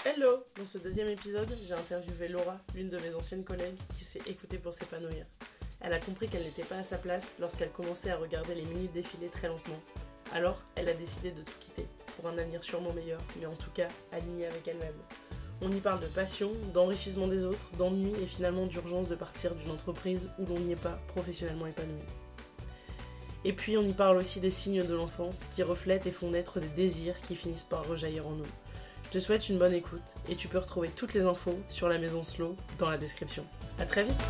Hello! Dans ce deuxième épisode, j'ai interviewé Laura, l'une de mes anciennes collègues, qui s'est écoutée pour s'épanouir. Elle a compris qu'elle n'était pas à sa place lorsqu'elle commençait à regarder les minutes défiler très lentement. Alors, elle a décidé de tout quitter, pour un avenir sûrement meilleur, mais en tout cas aligné avec elle-même. On y parle de passion, d'enrichissement des autres, d'ennui et finalement d'urgence de partir d'une entreprise où l'on n'y est pas professionnellement épanoui. Et puis on y parle aussi des signes de l'enfance qui reflètent et font naître des désirs qui finissent par rejaillir en nous. Je te souhaite une bonne écoute et tu peux retrouver toutes les infos sur la maison Slow dans la description. A très vite.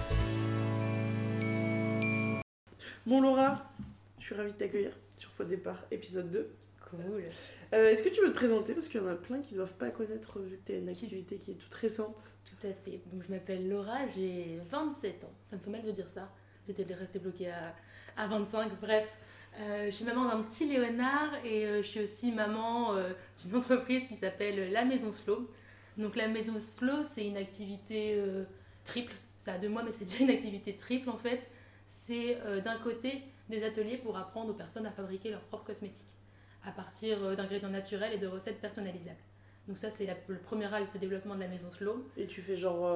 Bon Laura, je suis ravie de t'accueillir sur Pot de Départ, épisode 2. Cool. Est-ce que tu veux te présenter parce qu'il y en a plein qui ne doivent pas connaître vu que tu as une activité qui est toute récente. Tout à fait. Donc je m'appelle Laura, j'ai 27 ans. Ça me fait mal de dire ça. J'étais restée bloquée à 25. Bref, je suis maman d'un petit Léonard et je suis aussi maman d'une entreprise qui s'appelle La Maison Slow. Donc la Maison Slow, c'est une activité triple. Ça a 2 mois, mais c'est déjà une activité triple en fait. C'est d'un côté des ateliers pour apprendre aux personnes à fabriquer leurs propres cosmétiques à partir d'ingrédients naturels et de recettes personnalisables. Donc ça, c'est le premier axe de développement de la Maison Slow. Et tu fais genre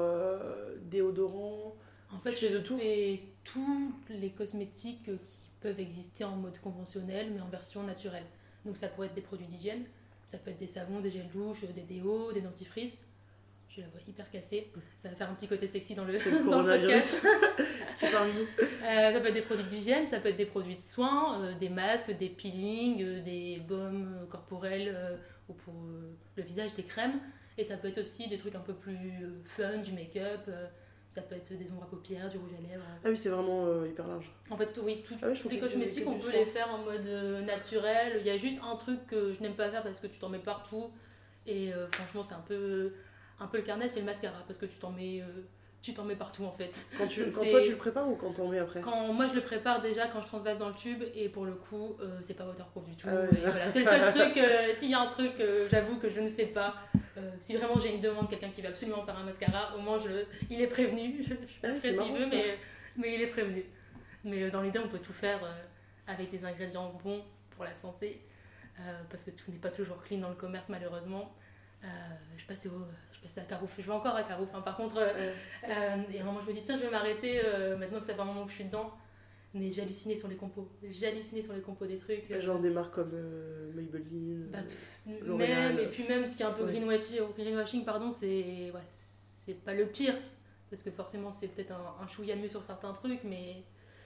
déodorant. En fait, je fais tous les cosmétiques qui peuvent exister en mode conventionnel, mais en version naturelle. Donc ça pourrait être des produits d'hygiène, ça peut être des savons, des gels douche, des déos, des dentifrices. Je la vois hyper cassée. Ça va faire un petit côté sexy dans le podcast. Qui parmi nous. Ça peut être des produits d'hygiène, ça peut être des produits de soins, des masques, des peelings, des baumes corporels ou pour le visage, des crèmes. Et ça peut être aussi des trucs un peu plus fun, du make-up. Ça peut être des ombres à paupières, du rouge à lèvres. Ah oui, c'est vraiment hyper large. En fait, oui, tous les cosmétiques, on peut les faire en mode naturel. Il y a juste un truc que je n'aime pas faire parce que tu t'en mets partout. Et franchement, c'est un peu le carnage, c'est le mascara. Parce que tu t'en mets partout en fait. Quand toi tu le prépares ou quand t'en mets après? Moi je le prépare déjà quand je transvase dans le tube et pour le coup c'est pas waterproof du tout. Ah ouais. Et voilà, c'est le seul truc, s'il y a un truc j'avoue que je ne fais pas. Si vraiment j'ai une demande, quelqu'un qui veut absolument faire un mascara, au moins il est prévenu. Je fais s'il veut, mais il est prévenu. Mais dans l'idée on peut tout faire avec des ingrédients bons pour la santé parce que tout n'est pas toujours clean dans le commerce malheureusement. Je passais à Carouf, je vais encore à Carouf par contre et à un moment je me dis tiens je vais m'arrêter maintenant que ça fait un moment que je suis dedans, mais j'ai halluciné sur les compos des trucs genre des marques comme Maybelline, même, et puis même ce qui est un peu greenwashing pardon, c'est pas le pire parce que forcément c'est peut-être un chouïa mieux sur certains trucs mais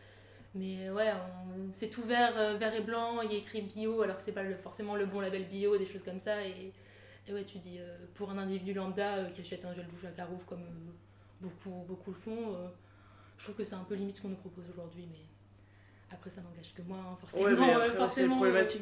ouais, c'est tout vert et blanc, il y a écrit bio alors que c'est pas forcément le bon label bio, des choses comme ça et ouais, tu dis, pour un individu lambda qui achète un gel douche à Carouf comme beaucoup le font, je trouve que c'est un peu limite ce qu'on nous propose aujourd'hui, mais après ça n'engage que moi, hein, forcément. Ouais, mais après, forcément, c'est problématique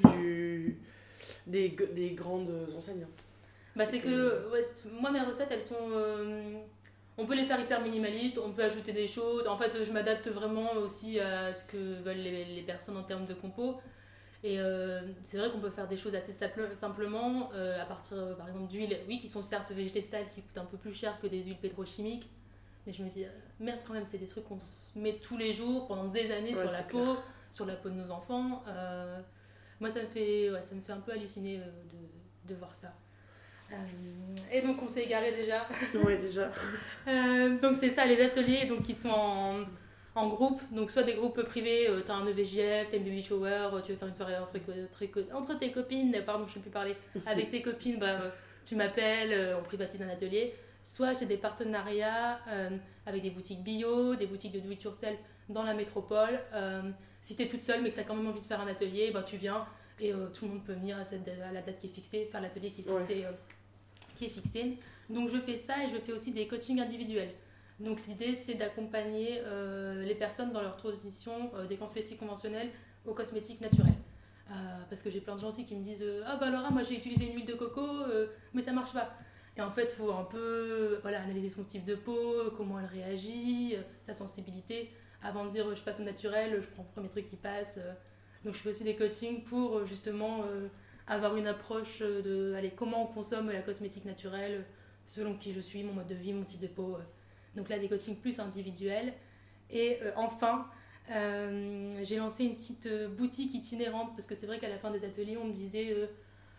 des grandes enseignes. Bah, c'est que moi, mes recettes, elles sont... on peut les faire hyper minimalistes, on peut ajouter des choses. En fait, je m'adapte vraiment aussi à ce que veulent les personnes en termes de compos. Et c'est vrai qu'on peut faire des choses assez simplement à partir par exemple d'huiles, oui, qui sont certes végétales, qui coûtent un peu plus cher que des huiles pétrochimiques, mais je me dis merde quand même, c'est des trucs qu'on se met tous les jours pendant des années sur la peau, sur la peau de nos enfants. Moi ça me fait un peu halluciner de voir ça. Et donc on s'est égaré déjà. Ouais déjà. Donc c'est ça, les ateliers donc qui sont en groupe, donc soit des groupes privés, t'as un EVJF, t'as une baby shower, tu veux faire une soirée entre tes copines, pardon je sais plus parler, avec tes copines, tu m'appelles, on privatise un atelier. Soit j'ai des partenariats avec des boutiques bio, des boutiques de do it yourself dans la métropole. Si t'es toute seule mais que t'as quand même envie de faire un atelier, tu viens et tout le monde peut venir à la date qui est fixée, faire l'atelier qui est fixé. Donc je fais ça et je fais aussi des coachings individuels. Donc l'idée c'est d'accompagner les personnes dans leur transition des cosmétiques conventionnels aux cosmétiques naturels. Parce que j'ai plein de gens aussi qui me disent ah bah Laura, moi j'ai utilisé une huile de coco mais ça marche pas. Et en fait il faut un peu analyser son type de peau, comment elle réagit, sa sensibilité, avant de dire je passe au naturel, je prends le premier truc qui passe. Donc je fais aussi des coachings pour justement avoir une approche de comment on consomme la cosmétique naturelle selon qui je suis, mon mode de vie, mon type de peau. Donc là, des coachings plus individuels. Et enfin, j'ai lancé une petite boutique itinérante parce que c'est vrai qu'à la fin des ateliers, on me disait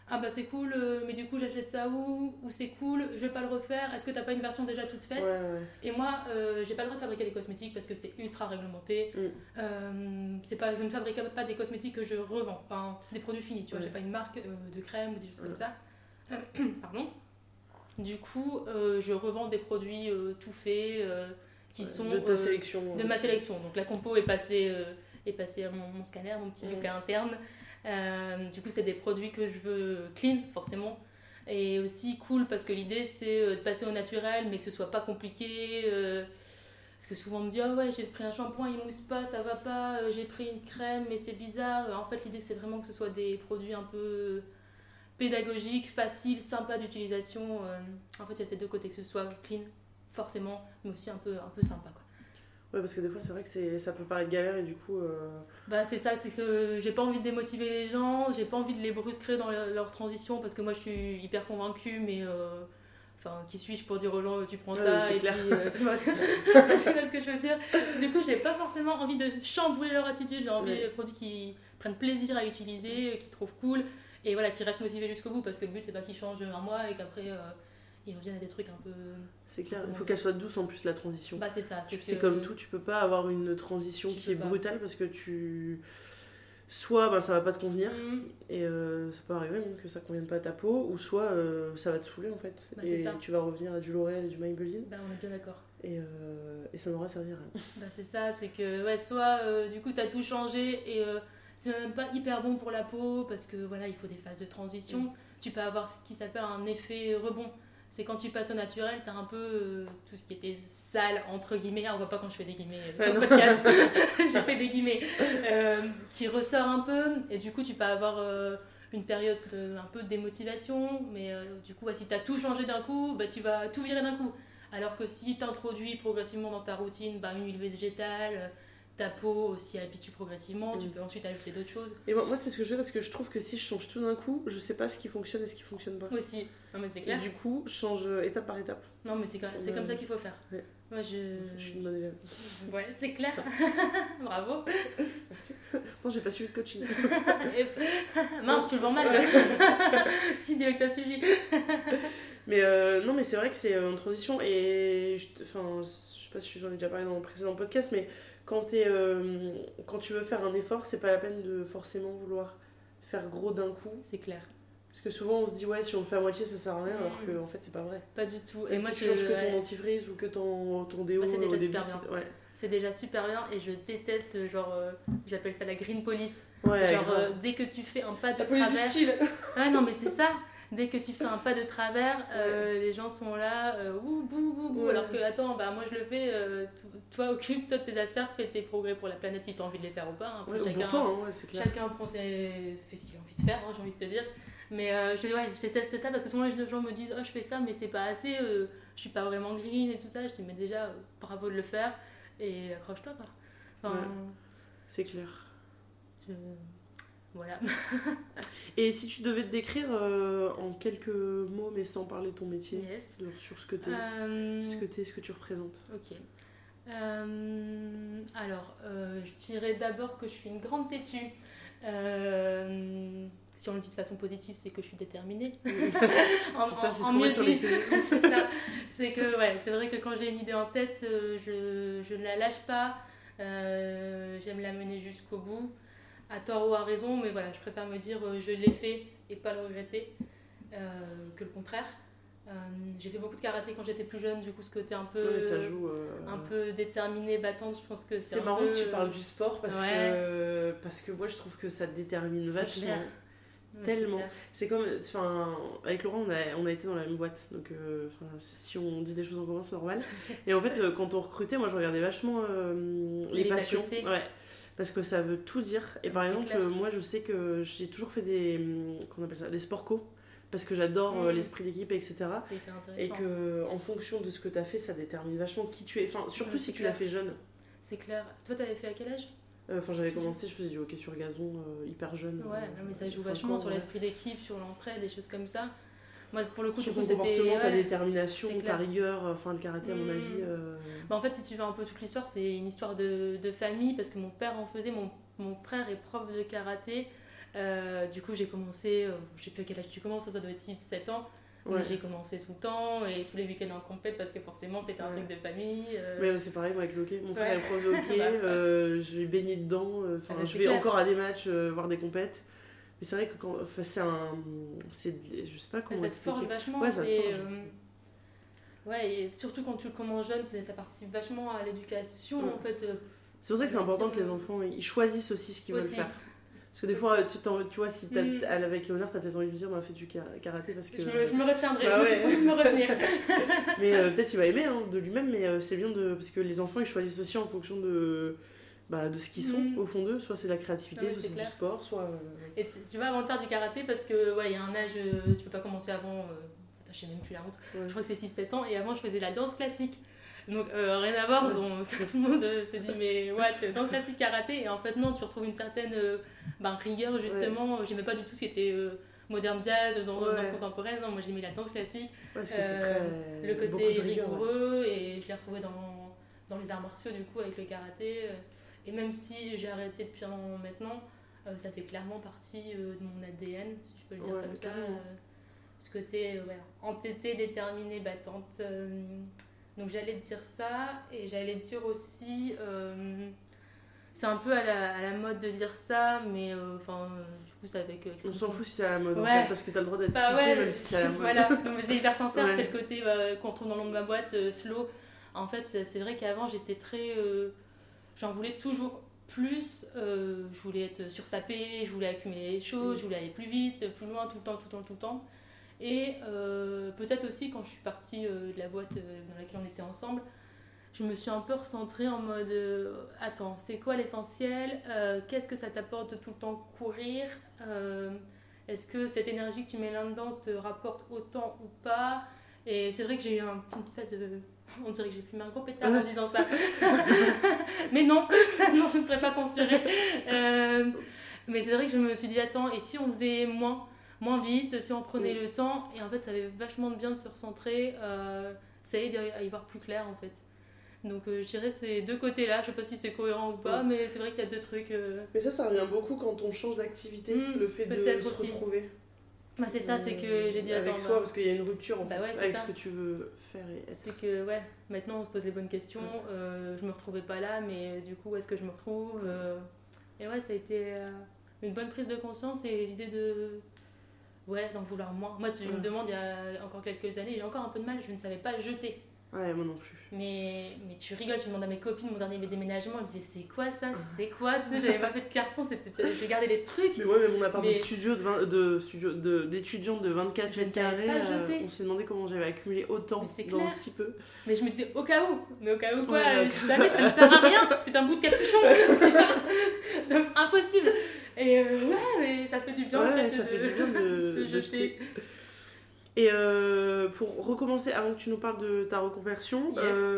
ah bah c'est cool, mais du coup j'achète ça où? Ou c'est cool, je vais pas le refaire, est-ce que t'as pas une version déjà toute faite? Et moi, j'ai pas le droit de fabriquer des cosmétiques parce que c'est ultra réglementé. C'est pas, je ne fabrique pas des cosmétiques que je revends, enfin des produits finis, tu vois, j'ai pas une marque de crème ou des choses comme ça. Pardon. Du coup, je revends des produits tout faits qui sont de ta sélection. De ma sélection. Donc la compo est passée à mon scanner, mon petit Lucas interne. Du coup, c'est des produits que je veux clean, forcément. Et aussi cool parce que l'idée, c'est de passer au naturel, mais que ce soit pas compliqué. Parce que souvent, on me dit, ah ouais, j'ai pris un shampoing, il mousse pas, ça va pas. J'ai pris une crème, mais c'est bizarre. En fait, l'idée, c'est vraiment que ce soit des produits un peu pédagogiques, faciles, sympas d'utilisation. En fait, il y a ces deux côtés, que ce soit clean, forcément, mais aussi un peu sympa, quoi. Ouais, parce que des fois, c'est vrai que ça peut paraître galère et du coup. Bah, c'est ça, c'est que j'ai pas envie de démotiver les gens, j'ai pas envie de les brusquer dans leur transition parce que moi je suis hyper convaincue, mais. Enfin, qui suis-je pour dire aux gens tu prends ça et clair. puis tu vois ce que je veux dire. Du coup, j'ai pas forcément envie de chambouler leur attitude, j'ai envie de produits qui prennent plaisir à utiliser, qui trouvent cool et voilà, qui restent motivés jusqu'au bout parce que le but c'est pas qu'ils changent un mois et qu'après ils reviennent à des trucs un peu. C'est clair, il faut qu'elle soit douce en plus la transition. Bah, c'est ça. C'est comme tout, tu peux pas avoir une transition qui est brutale parce que soit ça va pas te convenir et ça peut arriver même que ça convienne pas à ta peau, ou soit ça va te saouler en fait. Bah, et tu vas revenir à du L'Oréal et du Maybelline. Bah, on est bien d'accord. Et ça n'aura servi à rien. Bah, c'est ça, c'est que soit du coup t'as tout changé et c'est même pas hyper bon pour la peau parce que voilà, il faut des phases de transition. Tu peux avoir ce qui s'appelle un effet rebond. C'est quand tu passes au naturel, t'as un peu tout ce qui était sale, entre guillemets. On voit pas quand je fais des guillemets sur le podcast. J'ai fait des guillemets. Qui ressort un peu. Et du coup, tu peux avoir une période un peu de démotivation. Mais du coup, si t'as tout changé d'un coup, bah, tu vas tout virer d'un coup. Alors que si t'introduis progressivement dans ta routine une huile végétale, ta peau s'y habitue progressivement, tu peux ensuite ajouter d'autres choses. Et moi c'est ce que je fais parce que je trouve que si je change tout d'un coup, je sais pas ce qui fonctionne et ce qui fonctionne pas. Aussi, non, mais c'est clair. Et du coup, je change étape par étape. Non, mais c'est comme ça qu'il faut faire. Ouais. Moi, je suis une bonne élève. Ouais, c'est clair. Bravo. Merci. Non, j'ai pas suivi de coaching. Mince, tu le vends mal. Si, dis-le que t'as suivi. Mais non, mais c'est vrai que c'est en transition et je sais pas si j'en ai déjà parlé dans le précédent podcast, mais quand tu veux faire un effort, c'est pas la peine de forcément vouloir faire gros d'un coup. C'est clair. Parce que souvent on se dit ouais, si on le fait à moitié ça sert à rien, alors que en fait c'est pas vrai. Pas du tout. Et moi si tu changes que ton dentifrice ou que ton déo, c'est déjà au début, super bien. Ouais. C'est déjà super bien et je déteste j'appelle ça la green police. Ouais, Dès que tu fais un pas de travers. Ah non mais c'est ça. Dès que tu fais un pas de travers, les gens sont là, ouh, bouh, bouh, bouh. Alors que, attends, moi je le fais, toi occupe-toi de tes affaires, fais tes progrès pour la planète si tu as envie de les faire ou pas. Après, chacun prend fait ce qu'il a envie de faire, j'ai envie de te dire. Mais je déteste ça parce que souvent les gens me disent, oh, je fais ça, mais c'est pas assez, je suis pas vraiment green et tout ça. Je dis, mais déjà, bravo de le faire et accroche-toi, quoi. Enfin, c'est clair. Voilà. Et si tu devais te décrire en quelques mots, mais sans parler de ton métier, yes. Sur ce que t'es, ce que tu représentes. Ok. Alors, je dirais d'abord que je suis une grande têtue. Si on le dit de façon positive, c'est que je suis déterminée. C'est ce qu'on met sur les CV. C'est ça. C'est que, c'est vrai que quand j'ai une idée en tête, je ne la lâche pas. J'aime la mener jusqu'au bout. À tort ou à raison, mais voilà, je préfère me dire je l'ai fait et pas le regretter que le contraire. J'ai fait beaucoup de karaté quand j'étais plus jeune, du coup ce côté un peu, un peu déterminé, battante, je pense que c'est marrant que tu parles du sport parce que moi je trouve que ça te détermine vachement. Tellement. C'est comme, avec Laurent on a été dans la même boîte, donc si on dit des choses en commun c'est normal. Et en fait quand on recrutait, moi je regardais vachement les passions. Ouais. Parce que ça veut tout dire. Et par exemple, moi je sais que j'ai toujours fait des sports co. Parce que j'adore l'esprit d'équipe, etc. C'est hyper intéressant. Et qu'en fonction de ce que tu as fait, ça détermine vachement qui tu es. Enfin, surtout si tu l'as fait jeune. C'est clair. Toi, t'avais fait à quel âge ? J'avais commencé, je faisais du hockey sur gazon hyper jeune. Ouais, mais ça joue vachement sur l'esprit d'équipe, sur l'entraide, des choses comme ça. Moi, pour le coup, sur ton comportement, ta détermination, ta rigueur, le karaté, à mon avis. En fait, si tu veux un peu toute l'histoire, c'est une histoire de famille, parce que mon père en faisait, mon frère est prof de karaté. Du coup, j'ai commencé, je sais plus à quel âge tu commences, ça doit être 6-7 ans. Ouais. Mais j'ai commencé tout le temps et tous les week-ends en compète parce que forcément c'était un truc de famille. Mais c'est pareil moi avec le hockey. Mon frère Ouais. est prof de hockey, je vais baigner dedans. Ah bah, Je c'est vais clair. encore à des matchs, voir des compètes. Mais c'est vrai que quand, je sais pas comment Ça te forge expliquer. vachement. Ouais, ça te forge. Ouais, et surtout quand tu le commences jeune, ça participe vachement à l'éducation en fait. C'est pour ça que c'est important que les enfants ils choisissent aussi ce qu'ils veulent Aussi. faire. Parce que des fois, tu vois, si avec Léonard, t'as peut-être envie de lui dire, fais du karaté parce que. Je me retiendrai, Bah je me suis promis de me retenir. Mais peut-être il va aimer de lui-même, mais c'est bien parce que les enfants ils choisissent aussi en fonction de ce qu'ils sont au fond d'eux. Soit c'est la créativité, Ouais, soit c'est c'est clair. du sport, soit. Et tu vois, avant de faire du karaté, parce que il y a un âge, tu peux pas commencer avant, je sais même plus la honte, Ouais. je crois que c'est 7 ans, et avant je faisais la danse classique. Donc rien à voir, donc, tout le monde s'est dit mais what, danse classique karaté, et en fait non, tu retrouves une certaine rigueur justement, j'aimais pas du tout ce qui était moderne jazz, danse contemporaine, non, moi j'aimais la danse classique, Parce que c'est très. le beaucoup côté de rigueur, rigoureux, et je l'ai retrouvé dans les arts martiaux du coup avec le karaté, et même si j'ai arrêté depuis un an maintenant, ça fait clairement partie de mon ADN, si je peux le dire comme ça, ce côté entêtée, déterminée, battante. Donc j'allais te dire ça, et j'allais te dire aussi, c'est un peu à la mode de dire ça, mais du coup c'est avec... On s'en fout si c'est à la mode en Ouais. fait, parce que t'as le droit d'être quitté même si c'est à la mode. Voilà, donc, mais c'est hyper sincère, Ouais. c'est le côté qu'on retrouve dans le nom de ma boîte, slow. En fait, c'est vrai qu'avant j'étais très... j'en voulais toujours plus, je voulais être sursapée, je voulais accumuler les choses, je voulais aller plus vite, plus loin, tout le temps. Et peut-être aussi quand je suis partie de la boîte dans laquelle on était ensemble, je me suis un peu recentrée en mode attends, c'est quoi l'essentiel, qu'est-ce que ça t'apporte de tout le temps courir, est-ce que cette énergie que tu mets là-dedans te rapporte autant ou pas. Et c'est vrai que j'ai eu une petite phase de... On dirait que j'ai fumé un gros pétard en disant ça. Mais non, non, je ne serais pas censurée. Mais c'est vrai que je me suis dit attends, et si on faisait moins vite, si on prenait le temps, et en fait ça avait vachement de bien de se recentrer, ça aide à y voir plus clair en fait. Donc je dirais ces deux côtés là, je sais pas si c'est cohérent ou pas, mais c'est vrai qu'il y a deux trucs. Mais ça revient beaucoup quand on change d'activité, le fait de se retrouver. Bah c'est ça, c'est que j'ai dit avec soi, parce qu'il y a une rupture en fait, avec ça. ce que tu veux faire et être. C'est que maintenant on se pose les bonnes questions, je me retrouvais pas là, mais du coup où est-ce que je me retrouve, et ça a été une bonne prise de conscience, et l'idée d'en vouloir moins. Moi tu me demandes, il y a encore quelques années, j'ai encore un peu de mal, je ne savais pas jeter. Ouais, moi non plus. Mais tu rigoles, je demande à mes copines mon dernier déménagement, elles me disaient c'est quoi ça, c'est quoi, tu sais, j'avais pas fait de carton, je gardais les trucs. Mais même mon appart d'étudiant de 24 mètres carrés, on s'est demandé comment j'avais accumulé autant dans si peu. Mais je me disais au cas où quoi, jamais, ça ne sert à rien, c'est un bout de capuchon. Donc impossible. Et mais ça fait du bien en fait, ça fait du bien de jeter. Et pour recommencer, avant que tu nous parles de ta reconversion,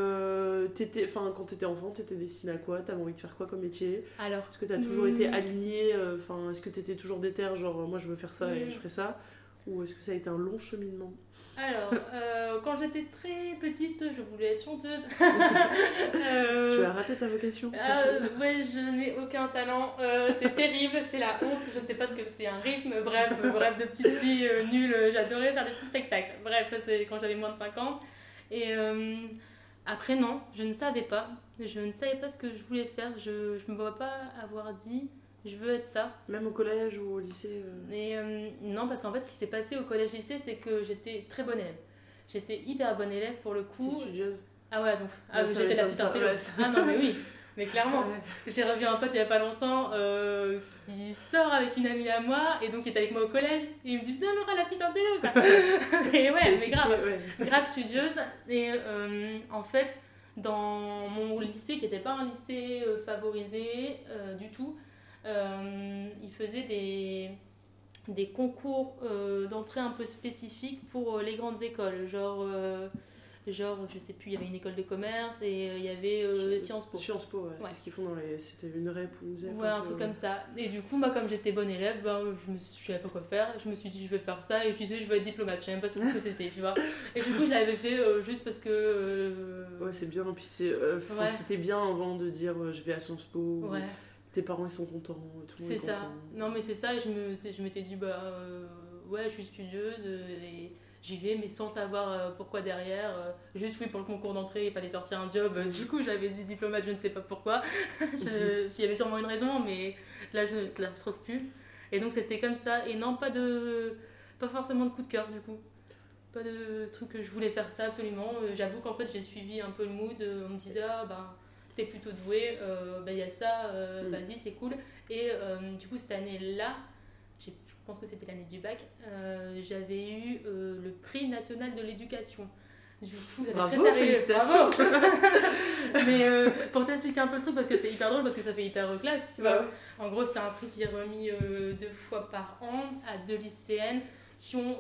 quand t'étais enfant, t'étais destinée à quoi? T'avais envie de faire quoi comme métier? Alors, est-ce que t'as toujours été alignée? Est-ce que t'étais toujours déter, genre moi je veux faire ça et je ferai ça? Ou est-ce que ça a été un long cheminement? Alors, quand j'étais très petite, je voulais être chanteuse. Tu as raté ta vocation? Ouais, je n'ai aucun talent. C'est terrible, c'est la honte. Je ne sais pas ce que c'est un rythme. Bref, de petite fille nulle. J'adorais faire des petits spectacles. Bref, ça c'est quand j'avais moins de 5 ans. Et après, non, je ne savais pas. Je ne savais pas ce que je voulais faire. Je ne me vois pas avoir dit... Je veux être ça. Même au collège ou au lycée Et non, parce qu'en fait, ce qui s'est passé au collège-lycée, c'est que j'étais très bonne élève. J'étais hyper bonne élève pour le coup. T'es studieuse? Ah ouais, donc j'étais la petite intello. Ah non, mais oui, mais clairement. J'ai revu un pote il y a pas longtemps qui sort avec une amie à moi, et donc il est avec moi au collège. Et il me dit, putain, Laura, la petite intello, quoi. Et mais grave, grave studieuse. Et en fait, dans mon lycée, qui n'était pas un lycée favorisé du tout, il faisait des concours d'entrée un peu spécifiques pour les grandes écoles, genre je sais plus, il y avait une école de commerce et il y avait Sciences Po. Sciences Po, c'est ce qu'ils font dans les... C'était une REP ou une ZEP. Ouais, un truc comme ça. Et du coup, moi, comme j'étais bonne élève, je savais pas quoi faire. Je me suis dit, je vais faire ça, et je disais, je veux être diplomate. Je savais même pas ce que c'était, tu vois. Et du coup, je l'avais fait juste parce que... Ouais, c'est bien. Et puis c'était bien avant de dire, je vais à Sciences Po. Ouais. tes parents ils sont contents, tout le monde est C'est ça. content. Non, mais c'est ça, et je m'étais dit, ouais, je suis studieuse, et j'y vais, mais sans savoir pourquoi derrière. Juste, oui, pour le concours d'entrée, il fallait sortir un job. Du coup, j'avais du diplomate, je ne sais pas pourquoi. Il y avait sûrement une raison, mais là, je ne la trouve plus. Et donc, c'était comme ça. Et non, pas forcément de coup de cœur, du coup. Pas de truc que je voulais faire ça absolument. J'avoue qu'en fait, j'ai suivi un peu le mood. On me disait, t'es plutôt douée, il y a ça, vas-y, c'est cool. Et du coup, cette année-là, je pense que c'était l'année du bac, j'avais eu le prix national de l'éducation. Du coup, bravo, très sérieux. félicitations. Mais pour t'expliquer un peu le truc, parce que c'est hyper drôle, parce que ça fait hyper classe, tu vois. Ouais. En gros, c'est un prix qui est remis 2 fois par an à 2 lycéennes qui ont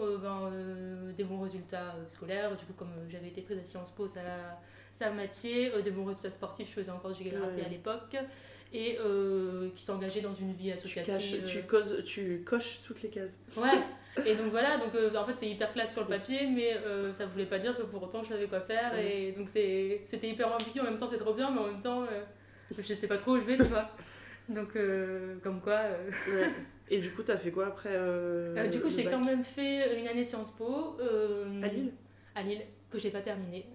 des bons résultats scolaires. Du coup, comme j'avais été prise à Sciences Po, ça matchait, des bons résultats sportifs, je faisais encore du karaté à l'époque, et qui s'engageaient dans une vie associative. Tu coches toutes les cases. Ouais, et donc voilà, donc, en fait c'est hyper classe sur le papier, mais ça voulait pas dire que pour autant je savais quoi faire, et donc c'était hyper ambigu, en même temps c'est trop bien, mais en même temps je sais pas trop où je vais, tu vois. Donc comme quoi... Ouais. Et du coup t'as fait quoi après Du coup j'ai quand même fait une année Sciences Po. À Lille. À Lille, que j'ai pas terminée.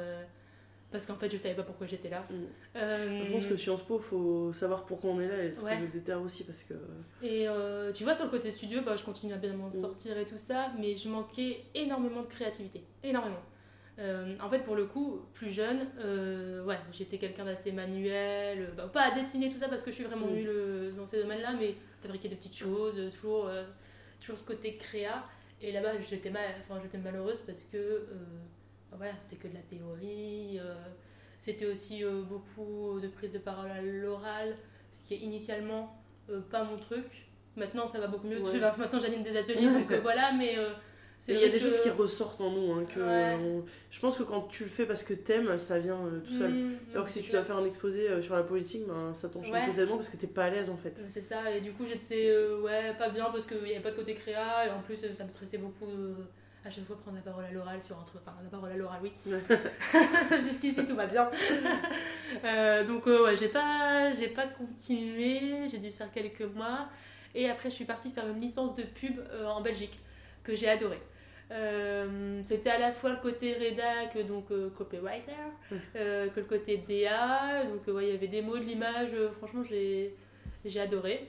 Parce qu'en fait je savais pas pourquoi j'étais là. Je pense que Sciences Po, faut savoir pourquoi on est là et être déter aussi parce que... Et tu vois, sur le côté studio, je continue à bien m'en sortir et tout ça, mais je manquais énormément de créativité. Énormément. En fait, pour le coup, plus jeune, j'étais quelqu'un d'assez manuel, pas à dessiner tout ça parce que je suis vraiment nulle dans ces domaines-là, mais fabriquer des petites choses, toujours ce côté créa. Et là-bas, j'étais malheureuse parce que c'était que de la théorie. C'était aussi beaucoup de prise de parole à l'oral, ce qui est initialement pas mon truc. Maintenant, ça va beaucoup mieux. Tu vois, maintenant, j'anime des ateliers, donc voilà, mais... il y a des choses qui ressortent en nous. Je pense que quand tu le fais parce que t'aimes, ça vient tout seul. Alors que si tu dois faire un exposé sur la politique, ça t'enchaîne totalement parce que t'es pas à l'aise en fait. C'est ça, et du coup j'étais pas bien parce qu'il n'y avait pas de côté créa, et en plus ça me stressait beaucoup à chaque fois prendre la parole à l'oral sur un truc. Enfin, la parole à l'oral, oui. Jusqu'ici tout va bien. Donc j'ai pas continué, j'ai dû faire quelques mois. Et après je suis partie faire une licence de pub en Belgique, que j'ai adoré. C'était à la fois le côté rédac, donc copywriter, que le côté DA, donc il y avait des mots, de l'image, franchement j'ai adoré.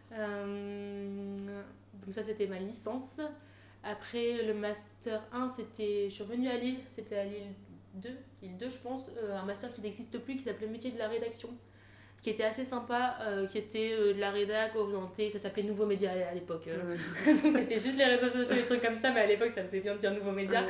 Donc ça c'était ma licence. Après le master 1, je suis revenue à Lille, c'était à Lille 2 je pense, un master qui n'existe plus qui s'appelait métier de la rédaction, qui était assez sympa, qui était de la rédac orientée, ça s'appelait Nouveaux Médias à l'époque. Donc c'était juste les réseaux sociaux, des trucs comme ça, mais à l'époque ça faisait bien de dire Nouveaux Médias.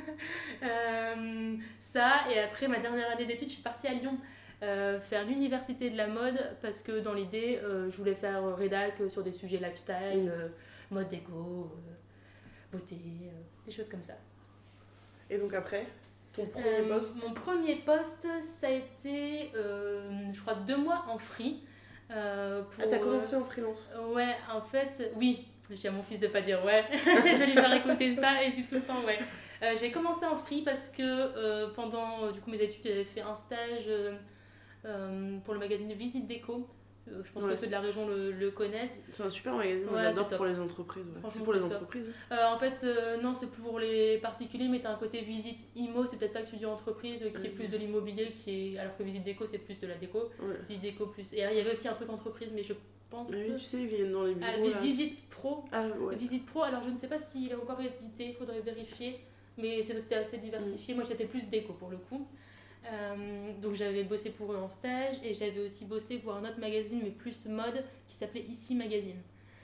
Ça, et après ma dernière année d'études, je suis partie à Lyon faire l'université de la mode, parce que dans l'idée, je voulais faire rédac sur des sujets lifestyle, mode déco, beauté, des choses comme ça. Et donc après ton premier poste Mon premier poste, ça a été, je crois, 2 mois en free. T'as commencé en freelance? Ouais, en fait, oui. J'ai à mon fils de pas dire ouais. Je vais lui faire écouter ça et j'ai tout le temps ouais. J'ai commencé en free parce que pendant du coup, mes études, j'avais fait un stage pour le magazine Visite Déco. Je pense que ceux de la région le connaissent. C'est un super magazine, j'adore pour les entreprises. C'est pour les entreprises en fait, non, c'est pour les particuliers, mais t'as un côté visite IMO, c'est peut-être ça que tu dis entreprise, qui est plus de l'immobilier, alors que visite déco, c'est plus de la déco. Visite déco plus. Et il y avait aussi un truc entreprise, mais je pense... Oui, tu sais, ils viennent dans les bureaux. Visite Pro. Visite Pro, alors je ne sais pas s'il est encore édité, il faudrait vérifier, mais c'était assez diversifié. Moi, j'étais plus déco pour le coup. Donc j'avais bossé pour eux en stage, et j'avais aussi bossé pour un autre magazine mais plus mode qui s'appelait Ici Magazine.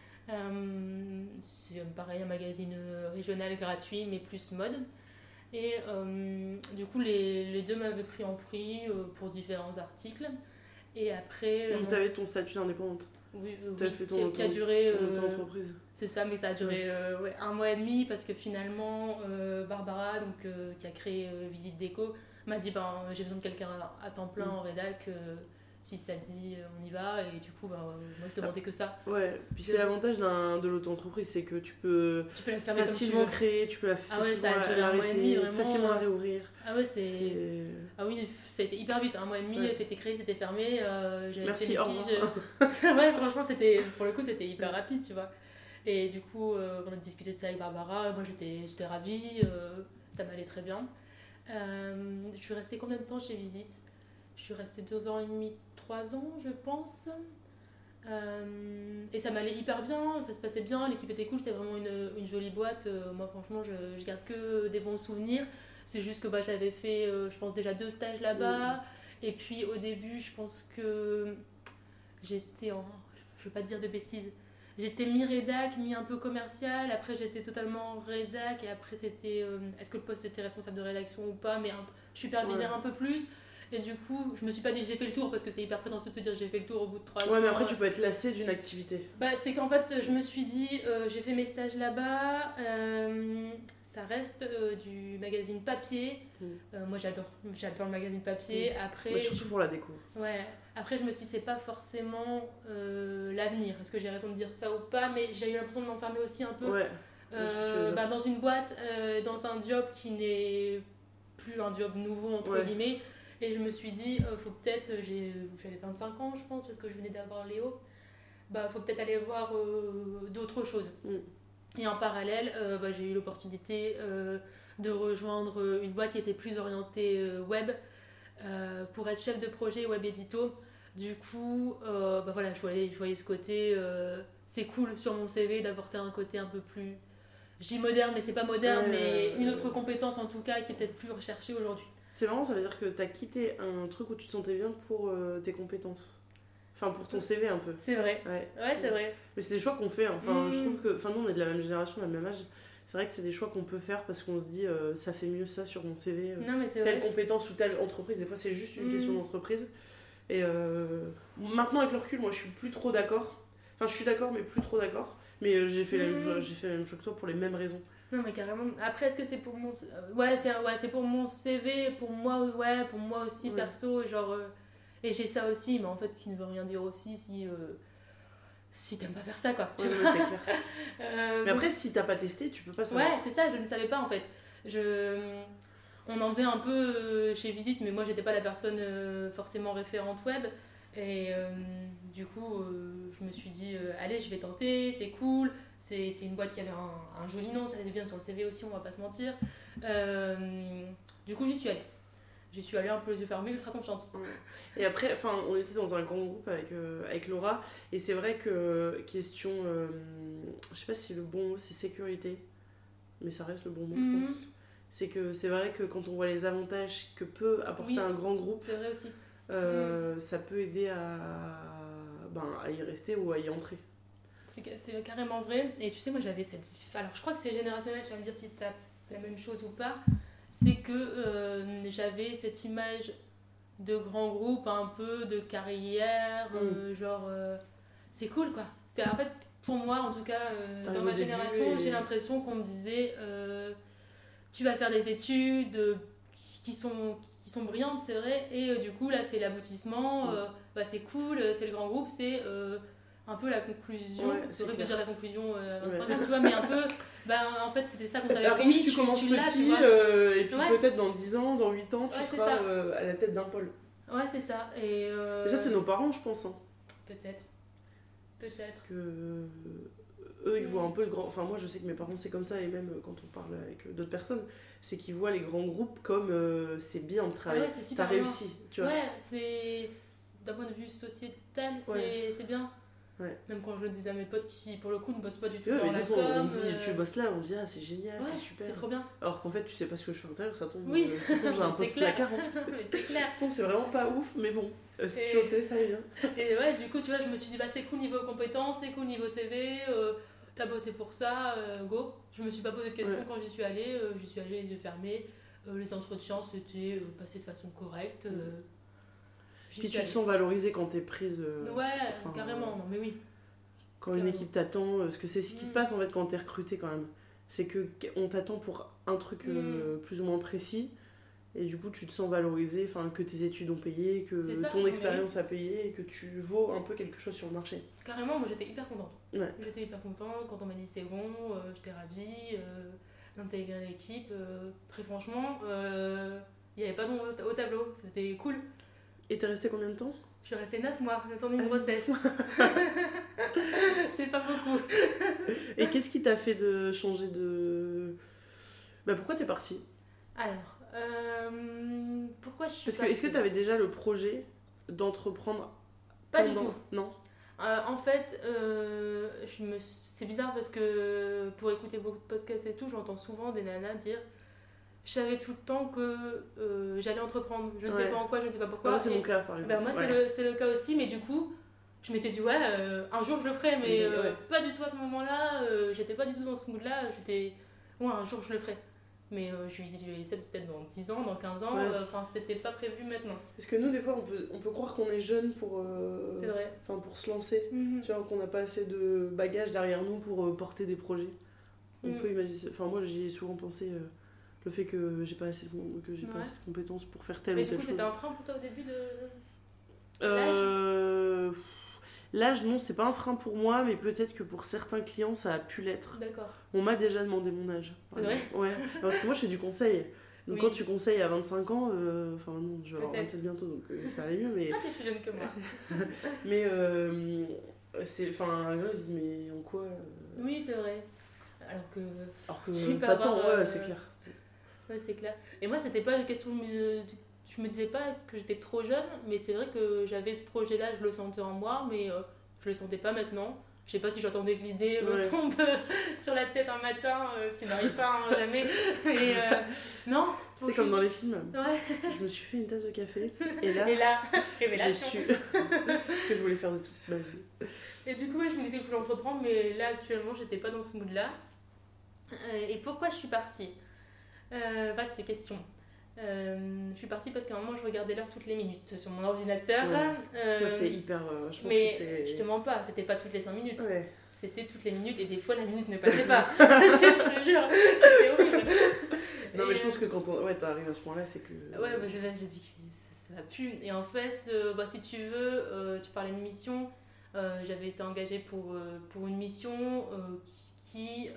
C'est pareil, un magazine régional gratuit mais plus mode, et du coup les deux m'avaient pris en free pour différents articles. Et après donc t'avais ton statut d'indépendante? Oui, fait ton qui a duré ton entreprise. C'est ça, mais ça a duré 1 mois et demi, parce que finalement Barbara, donc, qui a créé Visite Déco, m'a dit j'ai besoin de quelqu'un à temps plein en rédac, si ça te dit, on y va. Et du coup, moi, je demandais que ça. Ouais, puis c'est l'avantage de l'auto-entreprise, c'est que tu peux la fermer facilement comme tu veux. créer, tu peux la facilement ça a duré un mois et demi, arrêter, facilement la réouvrir. Ah ouais, Ah oui, ça a été hyper vite, un mois et demi, c'était créé, c'était fermé. J'avais Merci, fait au mes revoir. piges. Ouais, franchement, pour le coup, c'était hyper rapide, tu vois. Et du coup, on a discuté de ça avec Barbara. Moi, j'étais ravie, ça m'allait très bien. Je suis restée combien de temps chez Visite ? Je suis restée 2 ans et demi, 3 ans, je pense. Et ça m'allait hyper bien, ça se passait bien, l'équipe était cool, c'était vraiment une jolie boîte. Moi, franchement, je garde que des bons souvenirs. C'est juste que j'avais fait, je pense, déjà 2 stages là-bas. Et puis, au début, je pense que j'étais en. Je veux pas dire de bêtises. J'étais mi-rédac, mi un peu commercial. Après, j'étais totalement rédac. Et après, c'était. Est-ce que le poste était responsable de rédaction ou pas ? Mais je supervisais un peu plus. Et du coup, je me suis pas dit j'ai fait le tour parce que c'est hyper prétentieux de se dire j'ai fait le tour au bout de 3 ans. Ouais, mais après, tu peux être lassé d'une activité. C'est qu'en fait, je me suis dit, j'ai fait mes stages là-bas. Ça reste du magazine papier. Moi, j'adore le magazine papier. Après, ouais, surtout pour la déco. Ouais. Après, je me suis dit, c'est pas forcément l'avenir. Est-ce que j'ai raison de dire ça ou pas ? Mais j'ai eu l'impression de m'enfermer aussi un peu dans une boîte, dans un job qui n'est plus un job nouveau, entre guillemets. Et je me suis dit, faut peut-être, j'avais 25 ans, je pense, parce que je venais d'avoir Léo. Faut peut-être aller voir d'autres choses. Et en parallèle, j'ai eu l'opportunité de rejoindre une boîte qui était plus orientée web pour être chef de projet web édito. Du coup, je voyais ce côté, c'est cool sur mon CV d'apporter un côté un peu plus, je dis moderne, mais c'est pas moderne, mais une autre compétence en tout cas qui est peut-être plus recherchée aujourd'hui. C'est marrant, ça veut dire que t'as quitté un truc où tu te sentais bien pour tes compétences. Enfin, pour ton CV un peu. C'est vrai. Ouais, c'est vrai. Mais c'est des choix qu'on fait. Enfin, je trouve que. Enfin, nous, on est de la même génération, de la même âge. C'est vrai que c'est des choix qu'on peut faire parce qu'on se dit ça fait mieux ça sur mon CV. Non, mais c'est telle vrai. compétence ou telle entreprise. Des fois, c'est juste une question d'entreprise. Et maintenant, avec le recul, moi, je suis plus trop d'accord. Enfin, je suis d'accord, mais plus trop d'accord. Mais j'ai fait la même chose que toi pour les mêmes raisons. Non, mais carrément. Après, est-ce que c'est pour mon. C'est pour mon CV, pour moi, pour moi aussi, perso. Genre. Et j'ai ça aussi, mais en fait, ce qui ne veut rien dire aussi si t'aimes pas faire ça, quoi. Tu vois, c'est clair. Mais après, si t'as pas testé, tu peux pas savoir. Ouais, c'est ça, je ne savais pas en fait. On en faisait un peu chez Visite, mais moi j'étais pas la personne forcément référente web. Et du coup, je me suis dit, allez, je vais tenter, c'est cool. C'était une boîte qui avait un joli nom, ça allait bien sur le CV aussi, on va pas se mentir. Du coup, j'y suis allée. J'y suis allée un peu les yeux fermés, ultra confiante. Et après, on était dans un grand groupe avec Laura, et c'est vrai que question, je sais pas si le bon mot c'est sécurité, mais ça reste le bon mot, je pense. C'est que c'est vrai que quand on voit les avantages que peut apporter un grand groupe, c'est vrai aussi. Ça peut aider à y rester ou à y entrer. C'est carrément vrai. Et tu sais, moi j'avais cette. Alors je crois que c'est générationnel, tu vas me dire si t'as la même chose ou pas. C'est que j'avais cette image de grand groupe, un peu de carrière, c'est cool quoi. En fait, pour moi en tout cas, dans ma génération, j'ai l'impression qu'on me disait tu vas faire des études qui sont brillantes, c'est vrai, et du coup là c'est l'aboutissement, c'est cool, c'est le grand groupe, c'est un peu la conclusion. C'est horrible de dire la conclusion à 25 ans, tu vois, mais un peu, en fait c'était ça qu'on t'avait promis, tu commences tu petit, et puis peut-être dans 10 ans, dans 8 ans, tu seras à la tête d'un pôle. Ouais, c'est ça. Et ça, c'est nos parents, je pense. Peut-être. Que eux, ils voient un peu le grand. Enfin, moi, je sais que mes parents, c'est comme ça, et même quand on parle avec d'autres personnes, c'est qu'ils voient les grands groupes comme c'est bien de travailler. T'as réussi, tu vois. Ouais, c'est d'un point de vue sociétal, c'est bien. Ouais. Même quand je le disais à mes potes qui, pour le coup, ne bossent pas du tout dans la com. On dit, tu bosses là, on dit, c'est génial, c'est super. C'est trop bien. Alors qu'en fait, tu sais pas ce que je fais à l'intérieur, ça tombe. Oui, j'ai un poste placard. Mais c'est clair. Sinon, c'est vraiment pas ouf, mais bon, si tu le sais, ça y vient. Et ouais, du coup, tu vois, je me suis dit, c'est cool niveau compétences, c'est cool niveau CV, t'as bossé pour ça, go. Je me suis pas posé de questions quand j'y suis allée les yeux fermés. Les entretiens, c'était passé de façon correcte. Puis tu te sens valorisée quand t'es prise. Carrément, non mais oui. Quand une équipe t'attend, parce que c'est ce qui se passe en fait quand t'es recruté quand même. C'est qu'on t'attend pour un truc plus ou moins précis, Et du coup, tu te sens valorisé, que tes études ont payé, que C'est ça, ton mais expérience a payé et que tu vaux un peu quelque chose sur le marché. Carrément, moi j'étais hyper contente. Ouais. J'étais hyper contente quand on m'a dit c'est bon, j'étais ravie d'intégrer l'équipe. Très franchement, il n'y avait pas d'ombre au tableau, c'était cool. Et t'es resté combien de temps? Je suis restée 9 mois, le temps d'une grossesse. C'est pas beaucoup. Et qu'est-ce qui t'a fait de changer de... pourquoi t'es partie? Alors, pourquoi je suis Parce que partie est-ce que t'avais déjà le projet d'entreprendre? Pas du tout. Non. En fait, c'est bizarre parce que pour écouter beaucoup de podcasts et tout, j'entends souvent des nanas dire je savais tout le temps que j'allais entreprendre. Je ne sais pas en quoi, je ne sais pas pourquoi. Moi, c'est mon cas, par exemple. Moi, c'est le cas aussi, mais du coup, je m'étais dit un jour je le ferai, mais pas du tout à ce moment-là. J'étais pas du tout dans ce mood-là. Un jour je le ferai. Mais je lui dis, peut-être dans 10 ans, dans 15 ans, c'était pas prévu maintenant. Parce que nous, des fois, on peut croire qu'on est jeune pour, c'est vrai. Pour se lancer. Tu vois, qu'on n'a pas assez de bagages derrière nous pour porter des projets. On peut imaginer. Moi, j'y ai souvent pensé, le fait que j'ai pas assez de compétences pour faire telle ou telle chose. Mais du coup, c'était un frein pour toi au début de l'âge L'âge, non, c'était pas un frein pour moi, mais peut-être que pour certains clients, ça a pu l'être. D'accord. On m'a déjà demandé mon âge. C'est vrai ? Ouais, parce que moi, je fais du conseil. Donc quand tu conseilles à 25 ans, non, je vais avoir 27 bientôt, donc ça allait mieux. Mais... Ah, mais je suis jeune que moi. Mais, là, je dis, mais en quoi Oui, c'est vrai. Alors que pas tant, c'est clair. Ouais, c'est clair. Et moi, c'était pas une question je me disais pas que j'étais trop jeune, mais c'est vrai que j'avais ce projet-là, je le sentais en moi, mais je le sentais pas maintenant. Je sais pas si j'attendais que l'idée me tombe sur la tête un matin, ce qui n'arrive pas, jamais. Mais non. C'est comme dans les films. Ouais. Je me suis fait une tasse de café, et là révélation. j'ai su ce que je voulais faire de toute ma vie. Et du coup, je me disais que je voulais entreprendre, mais là, actuellement, j'étais pas dans ce mood-là. Et pourquoi je suis partie vaste question. Je suis partie parce qu'à un moment je regardais l'heure toutes les minutes sur mon ordinateur. Ça c'est hyper. Je pense mais que c'est... je te mens pas, c'était pas toutes les 5 minutes. Ouais. C'était toutes les minutes et des fois la minute ne passait pas. Je te jure, c'était horrible. Non, mais je pense que quand t'arrives à ce point-là, c'est que. Ouais, je dis que ça pue. Et en fait, si tu veux, tu parlais de mission. J'avais été engagée pour une mission qui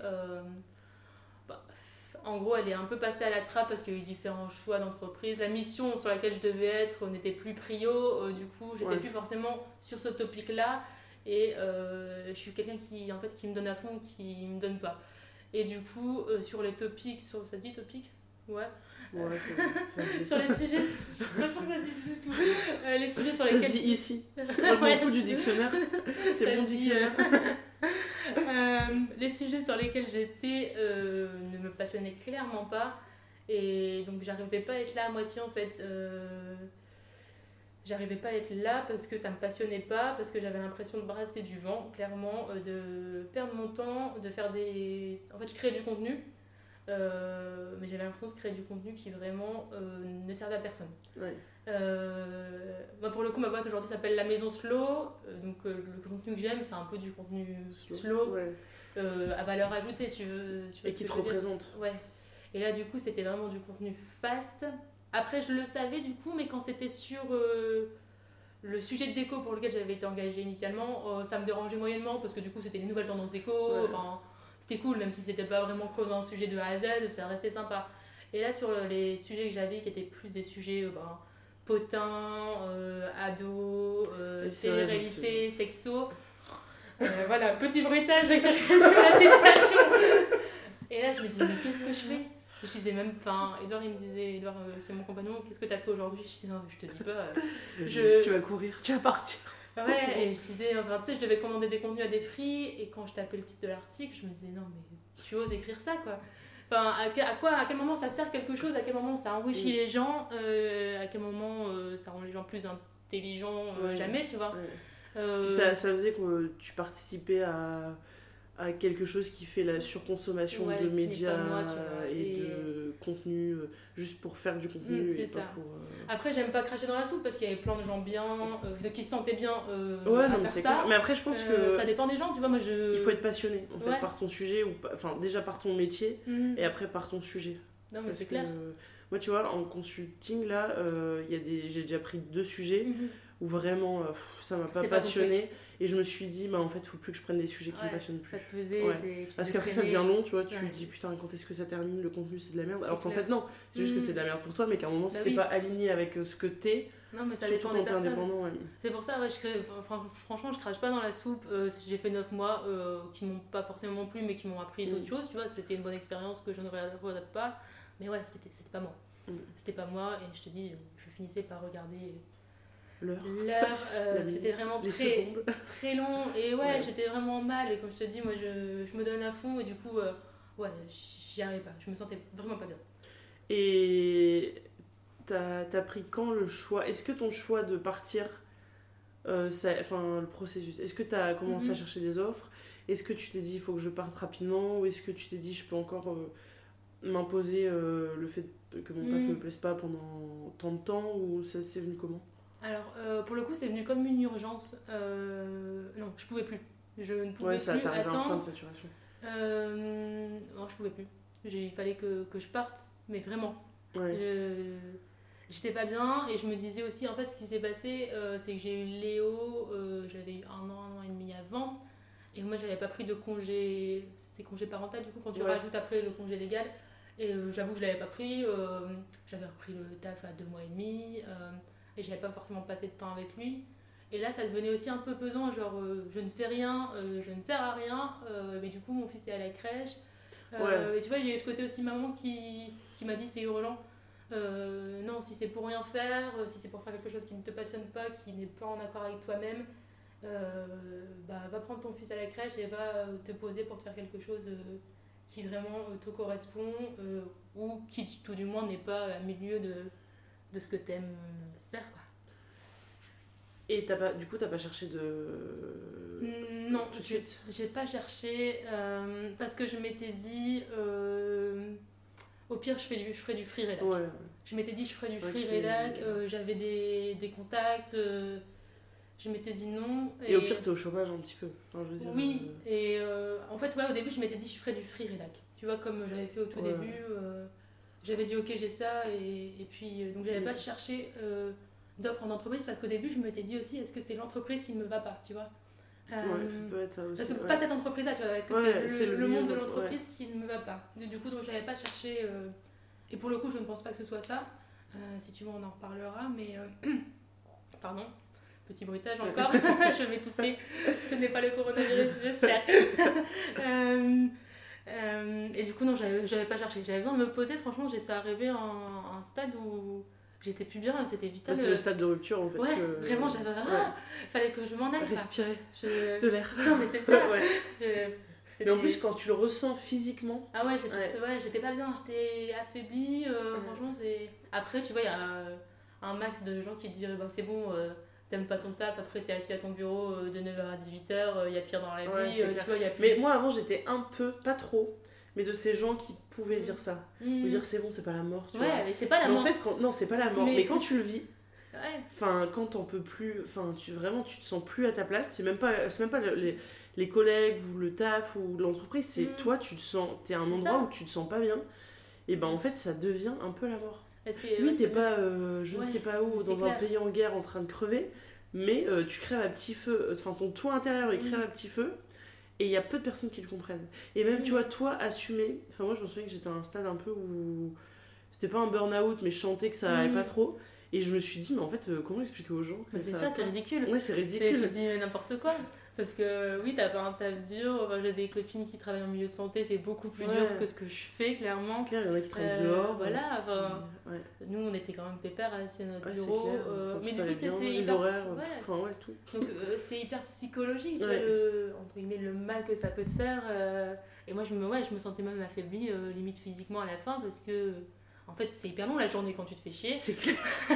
en gros, elle est un peu passée à la trappe parce qu'il y a eu différents choix d'entreprise. La mission sur laquelle je devais être n'était plus prio. Du coup, j'étais plus forcément sur ce topic-là. Et je suis quelqu'un qui me donne à fond, qui me donne pas. Et du coup, sur les topics... Ça se dit topic ? Ouais. Sur les sujets... J'ai l'impression que ça se dit du tout. Les sujets sur lesquels... Ça se dit ici. Moi, je m'en fous du dictionnaire. C'est mon dictionnaire. Les sujets sur lesquels j'étais ne me passionnaient clairement pas. Et donc, j'arrivais pas à être là à moitié, en fait. J'arrivais pas à être là parce que ça me passionnait pas, parce que j'avais l'impression de brasser du vent, clairement, de perdre mon temps, de faire des... En fait, je créais du contenu. Mais j'avais l'impression de créer du contenu qui vraiment ne servait à personne. Ouais. Pour le coup, ma boîte aujourd'hui s'appelle La Maison Slow. Donc le contenu que j'aime, c'est un peu du contenu slow, à valeur ajoutée, tu veux et qui te représente. Ouais. Et là, du coup, c'était vraiment du contenu fast. Après, je le savais du coup, mais quand c'était sur le sujet de déco pour lequel j'avais été engagée initialement, ça me dérangeait moyennement parce que du coup, c'était les nouvelles tendances déco. C'était cool, même si c'était pas vraiment creusé un sujet de A à Z, ça restait sympa. Et là, sur les sujets que j'avais, qui étaient plus des sujets potins, ados, télé-réalité, sexo, voilà, petit bruitage qui résume la situation. Et là, je me disais, mais qu'est-ce que je fais ? Je disais même, Edouard, il me disait, Edouard, c'est mon compagnon, qu'est-ce que t'as fait aujourd'hui ? Je disais, non, je te dis pas. Tu vas courir, tu vas partir. Ouais, et je disais, je devais commander des contenus à des free, et quand je tapais le titre de l'article, je me disais, non, mais tu oses écrire ça, quoi. À quel moment ça sert quelque chose, à quel moment ça enrichit les gens, à quel moment ça rend les gens plus intelligents, jamais, tu vois. Puis ça faisait que tu participais à quelque chose qui fait la surconsommation de médias et de contenu juste pour faire du contenu et pas pour... Après, j'aime pas cracher dans la soupe parce qu'il y avait plein de gens bien qui se sentaient bien à faire ça. Clair. Mais après, je pense que... Ça dépend des gens, tu vois, il faut être passionné en fait, par ton sujet, déjà par ton métier et après par ton sujet. Non, mais Parce c'est que, clair. moi, tu vois, en consulting, là, j'ai déjà pris 2 sujets où vraiment ça m'a pas C'était pas ton passionné. Et je me suis dit, bah en fait, faut plus que je prenne des sujets qui me passionnent plus. Ça te pesait, Ouais. tu Parce devais qu'après, ça freiner. devient long, tu vois. Tu Ouais. te dis, putain, quand est-ce que ça termine? Le contenu, c'est de la merde. C'est Alors qu'en clair. fait, non. C'est juste que c'est de la merde pour toi, mais qu'à un moment, Bah si t'es oui. pas aligné avec ce que t'es, Non, mais ça surtout dépend quand des t'es personnes. indépendant. Ouais. C'est pour ça, ouais, franchement, je crache pas dans la soupe. J'ai fait 9 mois qui m'ont pas forcément plu, mais qui m'ont appris d'autres choses, tu vois. C'était une bonne expérience que je ne regrette pas. Mais ouais, c'était pas moi. C'était pas moi, et je te dis, je finissais par regarder L'heure. C'était vraiment les très, secondes. très long. Et ouais, j'étais vraiment mal. Et comme je te dis, moi, je me donne à fond, et du coup, ouais, j'y arrivais pas. Je me sentais vraiment pas bien. Et t'as pris quand le choix? Est-ce que ton choix de partir, le processus, est-ce que t'as commencé à chercher des offres? Est-ce que tu t'es dit il faut que je parte rapidement? Ou est-ce que tu t'es dit je peux encore m'imposer le fait que mon taf ne me plaise pas pendant tant de temps? Ou ça c'est venu comment? Alors, pour le coup, c'est venu comme une urgence. Non, je pouvais plus. Je ne pouvais Ouais, ça plus t'arrive à un point attendre. de saturation. Non, je pouvais plus. Il fallait que je parte, mais vraiment. Ouais. J'étais pas bien, et je me disais aussi, en fait, ce qui s'est passé, c'est que j'ai eu Léo, j'avais eu un an et demi avant, et moi, j'avais pas pris de congé, c'est congé parental, du coup, quand tu rajoutes après le congé légal, et j'avoue que je l'avais pas pris, j'avais repris le taf à 2 mois et demi, et j'avais pas forcément passé de temps avec lui. Et là, ça devenait aussi un peu pesant, genre je ne fais rien, je ne sers à rien, mais du coup, mon fils est à la crèche. Et tu vois, il y a eu ce côté aussi maman qui m'a dit c'est urgent. Non, si c'est pour rien faire, si c'est pour faire quelque chose qui ne te passionne pas, qui n'est pas en accord avec toi-même, va prendre ton fils à la crèche et va te poser pour te faire quelque chose qui vraiment te correspond, ou qui tout du moins n'est pas à milieu de ce que tu aimes faire, quoi. Et du coup, t'as pas cherché de. Non, tout de suite. J'ai pas cherché parce que je m'étais dit au pire je ferai du free redac. Ouais. Je m'étais dit je ferai du free redac, j'avais des contacts, je m'étais dit non. Et au pire t'es au chômage un petit peu. Enfin, je veux dire, oui, et en fait ouais, au début je m'étais dit je ferai du free redac. Tu vois, comme j'avais fait au tout début, j'avais dit ok j'ai ça, et puis donc j'avais pas cherché d'offres en entreprise, parce qu'au début je m'étais dit aussi est-ce que c'est l'entreprise qui ne me va pas, tu vois. ça peut être aussi, parce que pas cette entreprise là, tu vois, est-ce que c'est le monde de l'entreprise qui ne me va pas. Du coup donc j'avais pas cherché, et pour le coup je ne pense pas que ce soit ça. Si tu veux on en reparlera, mais pardon, petit bruitage encore. Je vais m'étouffer, ce n'est pas le coronavirus, j'espère. Et du coup non, j'avais pas cherché, j'avais besoin de me poser. Franchement j'étais arrivée à un stade où j'étais plus bien, c'était vital. C'est le stade de rupture en fait. Ouais, vraiment, j'avais fallait que je m'en aille. Respirer de l'air. Non, mais c'est ça. Mais en plus, quand tu le ressens physiquement. Ah ouais, j'étais pas bien, j'étais affaiblie. Franchement, c'est. Après, tu vois, il y a un max de gens qui te diraient c'est bon, t'aimes pas ton taf, après t'es assis à ton bureau de 9h à 18h, il y a pire dans la vie. Tu vois, y a plus... Mais moi, avant, j'étais un peu, pas trop, mais de ces gens qui pouvaient dire ça. Ou dire c'est bon, c'est pas la mort. Tu vois. Mais c'est pas la mort. En fait, non, c'est pas la mort. Mais quand tu le vis, ouais. Quand t'en peux plus, tu te sens plus à ta place. C'est même pas les collègues ou le taf ou l'entreprise, c'est toi, t'es à un endroit où tu te sens pas bien. Et ben en fait, ça devient un peu la mort. Oui, t'es pas, je ne sais pas où, dans un pays en guerre en train de crever, mais tu crèves à petit feu. Enfin, ton toit intérieur, il crève à petit feu. Et il y a peu de personnes qui le comprennent. Et même, tu vois, toi, assumer. Enfin, moi, je me souviens que j'étais à un stade un peu où c'était pas un burn-out, mais je sentais que ça allait pas trop. Et je me suis dit, mais en fait, comment expliquer aux gens que c'est ça, c'est ridicule. Ouais, c'est ridicule. Tu te dis n'importe quoi. Parce que oui, t'as pas un taf dur. Enfin, j'ai des copines qui travaillent en milieu de santé, c'est beaucoup plus dur que ce que je fais, clairement. C'est clair, il y en a qui travaillent dehors. Voilà, nous on était quand même pépères assis à notre bureau. Mais du coup, c'est les hyper... horaires, tout. Donc c'est hyper psychologique, entre guillemets, le mal que ça peut te faire. Et moi, je me sentais même affaiblie, limite physiquement à la fin, parce que. En fait, c'est hyper long la journée quand tu te fais chier. C'est clair.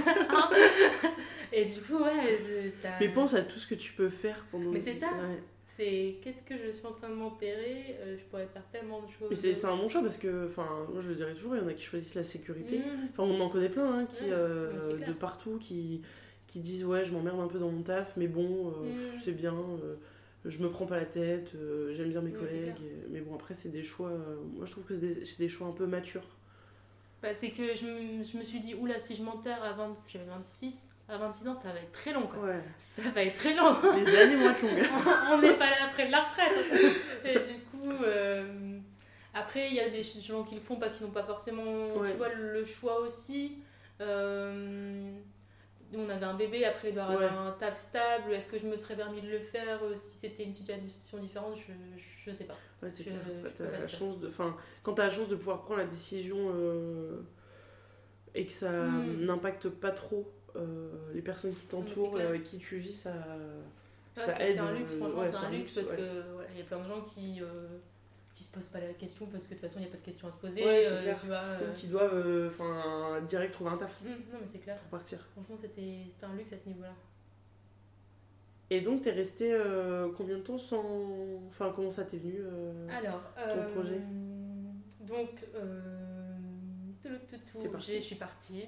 Et du coup, ça... Mais pense à tout ce que tu peux faire pendant... Mais c'est ça. C'est qu'est-ce que je suis en train de m'enterrer, je pourrais faire tellement de choses. Mais c'est un bon choix parce que, moi je le dirais toujours, il y en a qui choisissent la sécurité. On en connaît plein, qui, de partout, qui disent ouais, je m'emmerde un peu dans mon taf, mais bon, c'est bien, je me prends pas la tête, j'aime bien mes collègues. Mais bon, après, c'est des choix, moi je trouve que c'est des choix un peu matures. Bah, c'est que je me suis dit, oula, si je m'enterre j'avais 26 ans, ça va être très long, quoi. Ouais. Ça va être très long. Les années moins que longues. On n'est pas là après de la retraite. Et du coup, après, il y a des gens qui le font parce qu'ils n'ont pas forcément, tu vois, le choix aussi. On avait un bébé, après il doit avoir un taf stable. Est-ce que je me serais permis de le faire si c'était une situation différente? Je sais pas. Ouais, c'est clair. T'as la chance quand t'as la chance de pouvoir prendre la décision et que ça n'impacte pas trop les personnes qui t'entourent et avec qui tu vis, ça aide. C'est un luxe, franchement, c'est un luxe parce ouais. que y a plein de gens qui se posent pas la question parce que de toute façon il n'y a pas de question à se poser. C'est clair. Tu vois, ou qui doivent direct trouver un taf non, mais c'est clair. pour partir. Franchement, c'était un luxe à ce niveau-là. Et donc, t'es resté combien de temps sans. Enfin, comment ça t'est venu ton projet? Donc, je suis partie.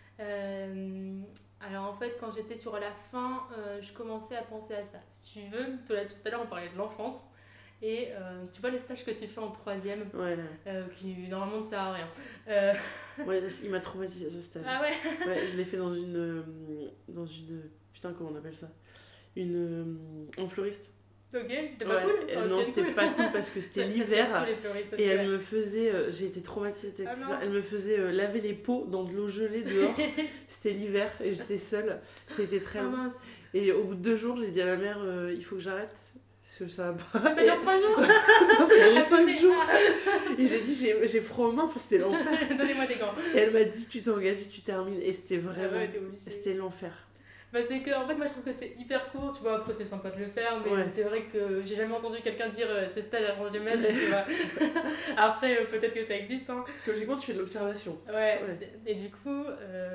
Alors, en fait, quand j'étais sur la fin, je commençais à penser à ça. Si tu veux, tout à l'heure, on parlait de l'enfance. Et tu vois le stage que tu fais en 3e, qui normalement ne sert à rien. Ouais, il m'a traumatisé ce stage. Ah ouais. Ouais, je l'ai fait dans une putain, comment on appelle ça? En fleuriste. Ok, c'était pas cool? Non, c'était pas cool parce que c'était l'hiver. Et elle me faisait. J'ai été traumatisée. Elle me faisait laver les pots dans de l'eau gelée dehors. C'était l'hiver et j'étais seule. C'était très long. Et au bout de 2 jours, j'ai dit à ma mère il faut que j'arrête. Parce que ça va pas. Ça dure 3 jours? Ça dure 5 jours. Et j'ai dit j'ai froid aux mains parce que c'était l'enfer. Donnez-moi des gants. Et elle m'a dit tu t'es engagée, tu termines. Et c'était vraiment. C'était l'enfer. Bah c'est que en fait moi je trouve que c'est hyper court, tu vois, après c'est sympa de le faire, mais c'est vrai que j'ai jamais entendu quelqu'un dire ce stage a changé ma vie, tu vois. Après peut-être que ça existe, hein. Parce que logiquement tu fais de l'observation. Ouais. Et du coup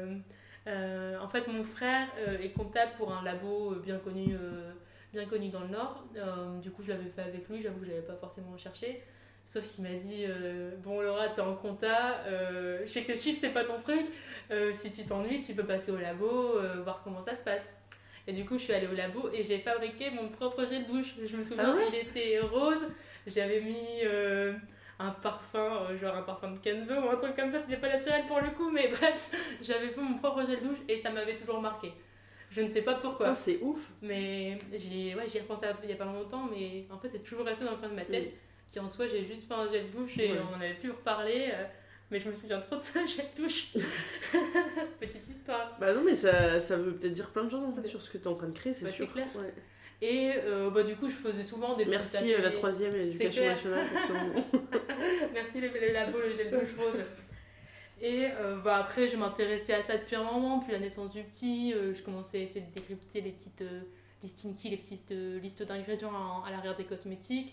en fait mon frère est comptable pour un labo bien connu dans le Nord. Du coup je l'avais fait avec lui, j'avoue que je l'avais pas forcément cherché. Sauf qu'il m'a dit bon Laura, t'es en compta, je sais que chiffre c'est pas ton truc, si tu t'ennuies tu peux passer au labo, voir comment ça se passe. Et du coup je suis allée au labo et j'ai fabriqué mon propre gel douche. Je me souviens, il était rose, j'avais mis un parfum, genre un parfum de Kenzo ou un truc comme ça, c'était pas naturel pour le coup, mais bref, j'avais fait mon propre gel douche et ça m'avait toujours marqué. Je ne sais pas pourquoi. Putain, c'est ouf. Mais j'y ai repensé il y a pas longtemps, mais en fait c'est toujours resté dans le coin de ma tête. Qui en soi j'ai juste fait un gel douche et on en avait pu reparler, mais je me souviens trop de ça, gel douche. Petite histoire. Bah non, mais ça veut peut-être dire plein de choses en fait sur ce que tu es en train de créer, c'est sûr. C'est clair. Ouais. Et du coup je faisais souvent des petits ateliers. Merci la 3e et l'éducation nationale pour ce moment. Merci le labo, le gel douche rose. Et après je m'intéressais à ça depuis un moment, puis la naissance du petit, je commençais à essayer de décrypter les petites les petites listes d'ingrédients à l'arrière des cosmétiques.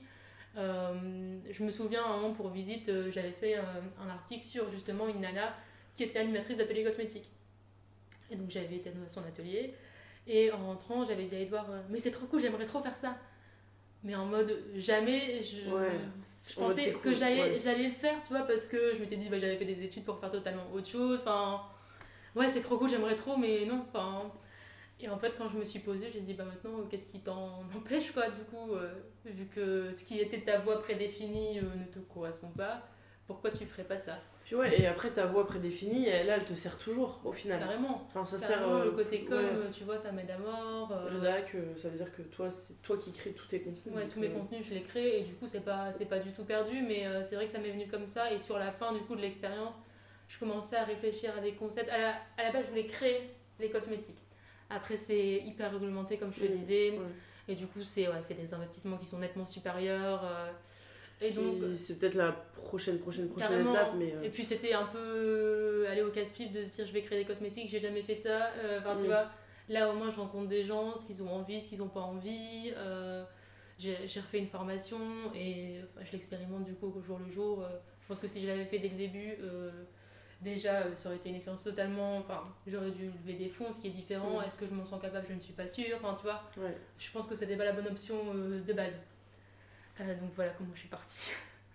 Je me souviens à un moment pour visite, j'avais fait un article sur justement une nana qui était animatrice d'atelier cosmétique. Et donc j'avais été dans son atelier et en rentrant j'avais dit à Edouard mais c'est trop cool, j'aimerais trop faire ça. Mais en mode jamais je pensais que j'allais le faire, tu vois, parce que je m'étais dit j'avais fait des études pour faire totalement autre chose. Enfin, c'est trop cool, j'aimerais trop, mais non. Enfin, et en fait, quand je me suis posée, j'ai dit maintenant, qu'est-ce qui t'en empêche, quoi, du coup, vu que ce qui était ta voie prédéfinie ne te correspond pas, pourquoi tu ferais pas ça? Puis et après ta voie prédéfinie, là, elle te sert toujours, au final. Carrément. Enfin, ça carrément, sert. Le côté com, tu vois, ça m'aide à mort. Ça veut dire que c'est toi qui crées tous tes contenus. Ouais, tous mes contenus, je les crée, et du coup, c'est pas du tout perdu, mais c'est vrai que ça m'est venu comme ça, et sur la fin, du coup, de l'expérience, je commençais à réfléchir à des concepts. À la base, je voulais créer les cosmétiques. Après, c'est hyper réglementé, comme je te disais. Et du coup, c'est des investissements qui sont nettement supérieurs. Et donc, c'est peut-être la prochaine étape. Mais Et puis, c'était un peu aller au casse-pipe de se dire je vais créer des cosmétiques, j'ai jamais fait ça. Tu vois, là, au moins, je rencontre des gens, ce qu'ils ont envie, ce qu'ils n'ont pas envie. J'ai refait une formation et je l'expérimente du coup au jour le jour. Je pense que si je l'avais fait dès le début, déjà ça aurait été une expérience totalement. Enfin, j'aurais dû lever des fonds, ce qui est différent. Est-ce que je m'en sens capable? Je ne suis pas sûre. Enfin, tu vois, je pense que c'était pas la bonne option de base. Donc voilà comment je suis partie.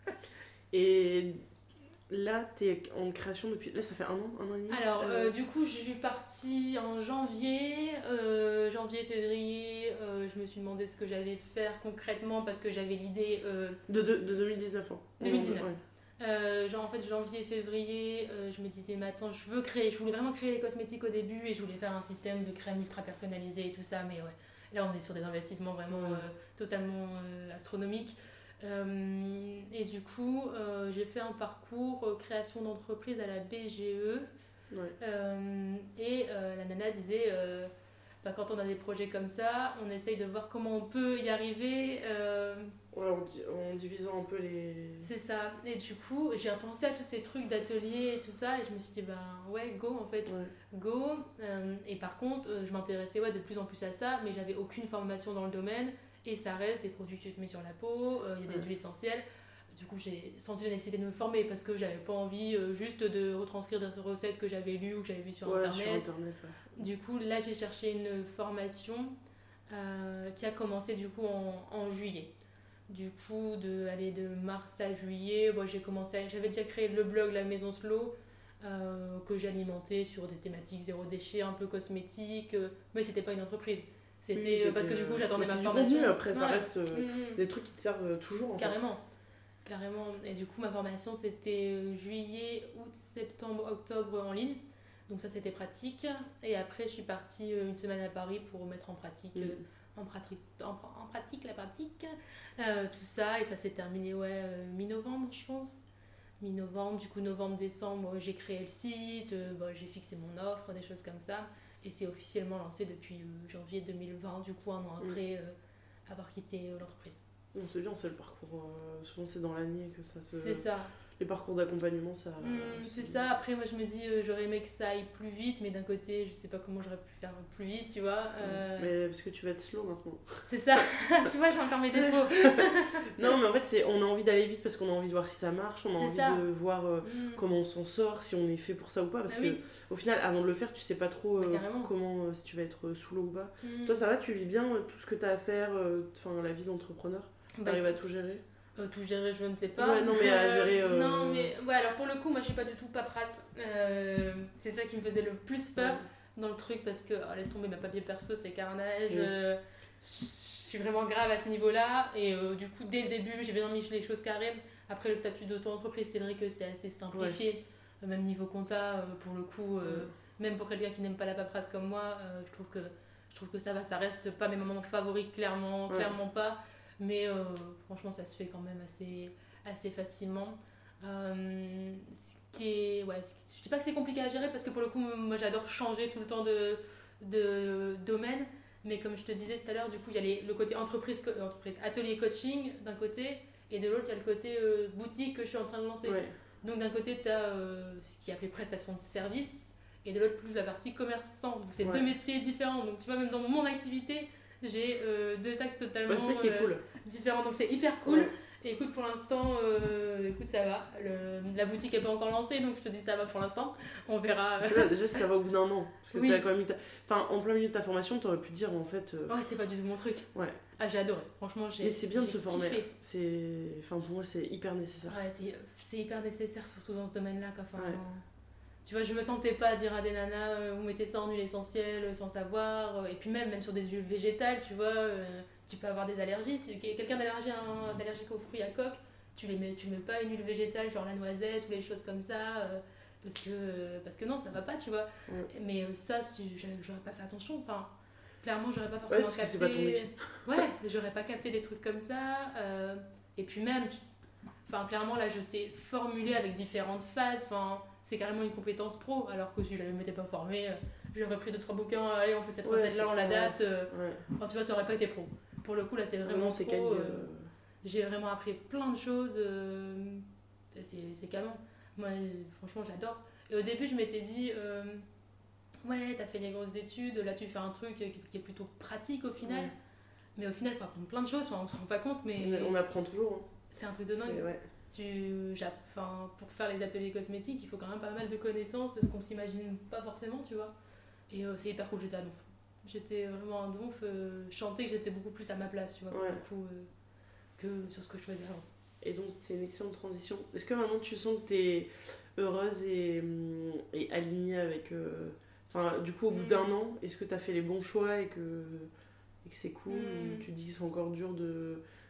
Et là, t'es en création depuis. Là, ça fait un an et demi. Alors, du coup, je suis partie en janvier, février. Je me suis demandé ce que j'allais faire concrètement parce que j'avais l'idée. De 2019, hein. 2019. Genre en fait janvier, février, je me disais mais attends, je voulais vraiment créer les cosmétiques au début et je voulais faire un système de crème ultra personnalisée et tout ça, mais ouais, là on est sur des investissements vraiment totalement astronomiques. Et du coup, j'ai fait un parcours création d'entreprise à la BGE. Et la nana disait bah, quand on a des projets comme ça, on essaye de voir comment on peut y arriver. En divisant un peu les... C'est ça. Et du coup, j'ai repensé à tous ces trucs d'atelier et tout ça, et je me suis dit, ben ouais, go en fait, go. Et par contre, je m'intéressais de plus en plus à ça, mais j'avais aucune formation dans le domaine, et ça reste des produits que tu te mets sur la peau, il y a des huiles essentielles. Du coup, j'ai senti la nécessité de me former parce que j'avais pas envie juste de retranscrire des recettes que j'avais lues ou que j'avais vues sur Internet. Du coup, là, j'ai cherché une formation qui a commencé du coup en juillet. Du coup, de mars à juillet, j'avais déjà créé le blog La Maison Slow que j'alimentais sur des thématiques zéro déchet, un peu cosmétiques, mais c'était pas une entreprise. C'était parce que du coup, j'attendais ma formation. Contenu, après, ça reste des trucs qui te servent toujours en Carrément. fait. Carrément. Et du coup, ma formation, c'était juillet, août, septembre, octobre en ligne. Donc ça, c'était pratique. Et après, je suis partie une semaine à Paris pour mettre en pratique, la pratique. Tout ça. Et ça s'est terminé, mi-novembre, je pense. Mi-novembre. Du coup, novembre-décembre, j'ai créé le site. J'ai fixé mon offre, des choses comme ça. Et c'est officiellement lancé depuis janvier 2020, du coup, un an après avoir quitté l'entreprise. C'est bien, c'est le parcours. Souvent, c'est dans l'année que ça se. C'est ça. Les parcours d'accompagnement, ça. C'est ça. Après, moi, je me dis, j'aurais aimé que ça aille plus vite, mais d'un côté, je sais pas comment j'aurais pu faire plus vite, tu vois. Mais parce que tu vas être slow maintenant. C'est ça. Tu vois, j'ai encore mes défauts. Non, mais en fait, on a envie d'aller vite parce qu'on a envie de voir si ça marche, on a envie de voir comment on s'en sort, si on est fait pour ça ou pas. Parce que au final, avant de le faire, tu sais pas trop comment, si tu vas être sous l'eau ou pas. Toi, ça va, tu vis bien tout ce que tu as à faire, la vie d'entrepreneur. T'arrives à tout gérer? Tout gérer, je ne sais pas. Ouais, non, mais à gérer. Non, mais alors pour le coup, moi je suis pas du tout paperasse. C'est ça qui me faisait le plus peur dans le truc parce que, laisse tomber, ma papier perso, c'est carnage. Je suis vraiment grave à ce niveau-là. Et du coup, dès le début, j'ai bien mis les choses carrées. Après, le statut d'auto-entreprise, c'est vrai que c'est assez simplifié. Même niveau compta, pour le coup, même pour quelqu'un qui n'aime pas la paperasse comme moi, je trouve que ça va. Ça reste pas mes moments favoris, clairement pas. Mais franchement, ça se fait quand même assez facilement. Je dis pas que c'est compliqué à gérer parce que pour le coup, moi j'adore changer tout le temps de domaine. Mais comme je te disais tout à l'heure, du coup, il y a le côté entreprise, atelier coaching d'un côté, et de l'autre, il y a le côté boutique que je suis en train de lancer. Donc d'un côté, tu as ce qui est appelé prestation de service, et de l'autre, plus la partie commerçant. Donc c'est deux métiers différents. Donc tu vois, même dans mon activité, j'ai deux axes totalement différents, donc c'est hyper cool. Et écoute, pour l'instant, ça va. La boutique n'est pas encore lancée, donc je te dis ça va pour l'instant. On verra. C'est là, déjà, ça va au bout d'un an. Parce que t'as quand même en plein milieu de ta formation, t'aurais pu dire en fait. Ouais, c'est pas du tout mon truc. Ah, j'ai adoré. Franchement, Mais c'est bien de se former. Kiffé. Pour moi, c'est hyper nécessaire. Ouais, c'est hyper nécessaire, surtout dans ce domaine-là. Tu vois, je me sentais pas dire à des nanas, vous mettez ça en huile essentielle sans savoir. Et puis même sur des huiles végétales, tu vois, tu peux avoir des allergies. Quelqu'un d'allergique aux fruits à coque, tu mets pas une huile végétale, genre la noisette ou les choses comme ça, parce que non, ça va pas, tu vois. Mais ça, j'aurais pas fait attention. Enfin, clairement, j'aurais pas forcément capté. C'est pas ton métier. J'aurais pas capté des trucs comme ça. Et puis même, clairement, là, je sais formuler avec différentes phases. C'est carrément une compétence pro, alors que si je ne m'étais pas formée, j'aurais pris 2-3 bouquins, allez, on fait cette recette-là, on l'adapte. Tu vois, ça aurait pas été pro. Pour le coup, là, c'est vraiment pro. J'ai vraiment appris plein de choses. C'est canon. Moi, franchement, j'adore. Et au début, je m'étais dit, t'as fait des grosses études, là, tu fais un truc qui est plutôt pratique au final. Mais au final, il faut apprendre plein de choses, on ne se rend pas compte. Mais on apprend toujours. C'est un truc de dingue. Pour faire les ateliers cosmétiques, il faut quand même pas mal de connaissances, ce qu'on s'imagine pas forcément, tu vois. Et c'est hyper cool, j'étais à donf. J'étais vraiment à donf, je sentais que j'étais beaucoup plus à ma place, tu vois, pour le coup, que sur ce que je faisais avant. Et donc, c'est une excellente transition. Est-ce que maintenant tu sens que tu es heureuse et alignée avec. Du coup, au bout d'un an, est-ce que tu as fait les bons choix et que c'est cool ou tu te dis que c'est encore dur de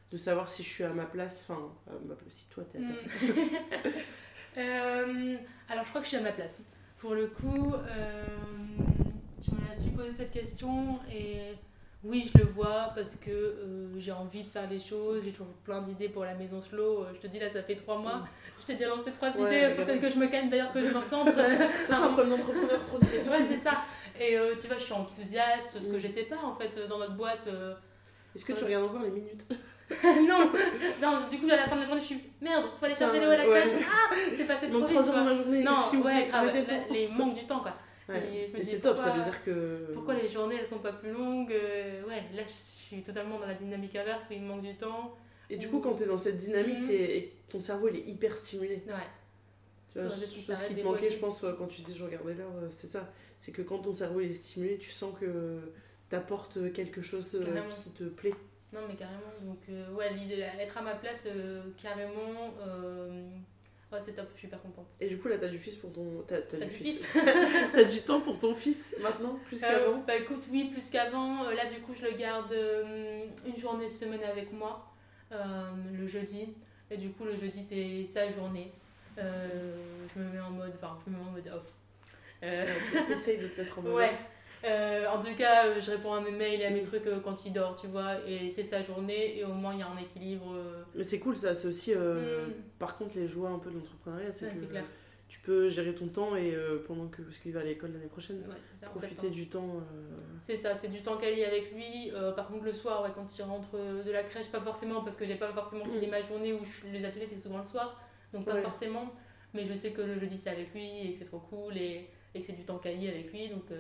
de savoir si je suis à ma place, enfin, si toi t'es à ta place. Alors, je crois que je suis à ma place. Pour le coup, je me suis posé cette question et oui, je le vois parce que j'ai envie de faire des choses, j'ai toujours plein d'idées pour la maison slow. Je te dis là, ça fait 3 mois. Je t'ai déjà lancé 3 idées, il faut peut-être que je me calme d'ailleurs, que je me centre. C'est un problème d'entrepreneur, trop d'idées. Ouais, c'est ça. Et tu vois, je suis enthousiaste, ce que j'étais pas en fait dans notre boîte. Est-ce que tu regardes encore les minutes? non, du coup à la fin de la journée je suis merde, faut aller chercher Léo à la crèche. Ah, c'est passé trop vite. 3 heures dans la journée. Non, si vous ouais, voulez, grave, les manques du temps quoi. Ouais. Et dis, c'est top, ça veut dire que. Pourquoi les journées elles sont pas plus longues? Ouais, là je suis totalement dans la dynamique inverse où il me manque du temps. Et du coup, quand t'es dans cette dynamique, et ton cerveau il est hyper stimulé. Ouais. Tu vois, ce qui te manquait, je pense, quand tu dis je regardais l'heure, c'est ça. C'est que quand ton cerveau il est stimulé, tu sens que t'apportes quelque chose qui te plaît. Non, mais carrément. Donc, ouais, l'idée d'être à ma place, carrément, ouais, c'est top, je suis hyper contente. Et du coup, là, t'as du fils pour ton. T'as du fils. T'as du temps pour ton fils maintenant, plus qu'avant? Bah écoute, oui, plus qu'avant. Là, du coup, je le garde une journée semaine avec moi, le jeudi. Et du coup, le jeudi, c'est sa journée. Je me mets en mode off. T'essayes de te mettre en mode ouais. off. En tout cas, je réponds à mes mails et à mes trucs quand il dort, tu vois, et c'est sa journée, et au moins il y a un équilibre. Mais c'est cool ça, c'est aussi, par contre, les joies un peu de l'entrepreneuriat, c'est que clair. tu peux gérer ton temps et parce qu'il va à l'école l'année prochaine, ouais, c'est ça, profiter du temps. C'est ça, c'est du temps quali avec lui. Par contre, le soir, ouais, quand il rentre de la crèche, pas forcément, parce que j'ai pas forcément fini ma journée où les ateliers c'est souvent le soir, donc pas forcément, mais je sais que le jeudi c'est avec lui et que c'est trop cool et que c'est du temps quali avec lui, donc.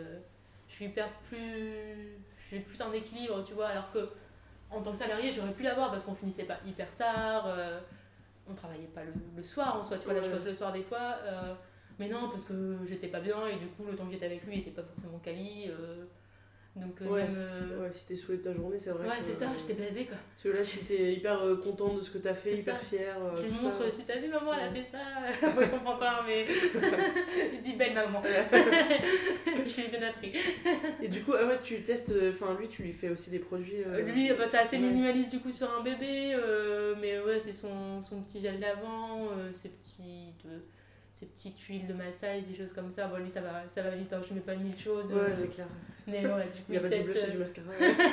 J'ai plus un équilibre, tu vois, alors que en tant que salarié j'aurais pu l'avoir parce qu'on finissait pas hyper tard, on travaillait pas le soir en soi, tu vois, là je bosse le soir des fois, mais non, parce que j'étais pas bien et du coup le temps que j'étais avec lui était pas forcément quali, donc si t'es saoulé de ta journée, c'est vrai. Ouais, c'est ça, j'étais blasée quoi. Parce que là, si t'es hyper contente de ce que t'as fait, hyper fière. Je lui montre, si t'as vu maman, elle a fait ça. Moi, il comprend pas, mais il dit belle maman. Je suis une donatrice. Et du coup, tu testes, enfin lui, tu lui fais aussi des produits. Lui, c'est assez minimaliste du coup sur un bébé, mais ouais, c'est son petit gel d'avant, ses petites huiles de massage, des choses comme ça. Bon, lui, ça va vite, hein, je mets pas 1000 choses. Ouais, c'est clair. Mais ouais, du coup, il y a pas du blush et du mascara.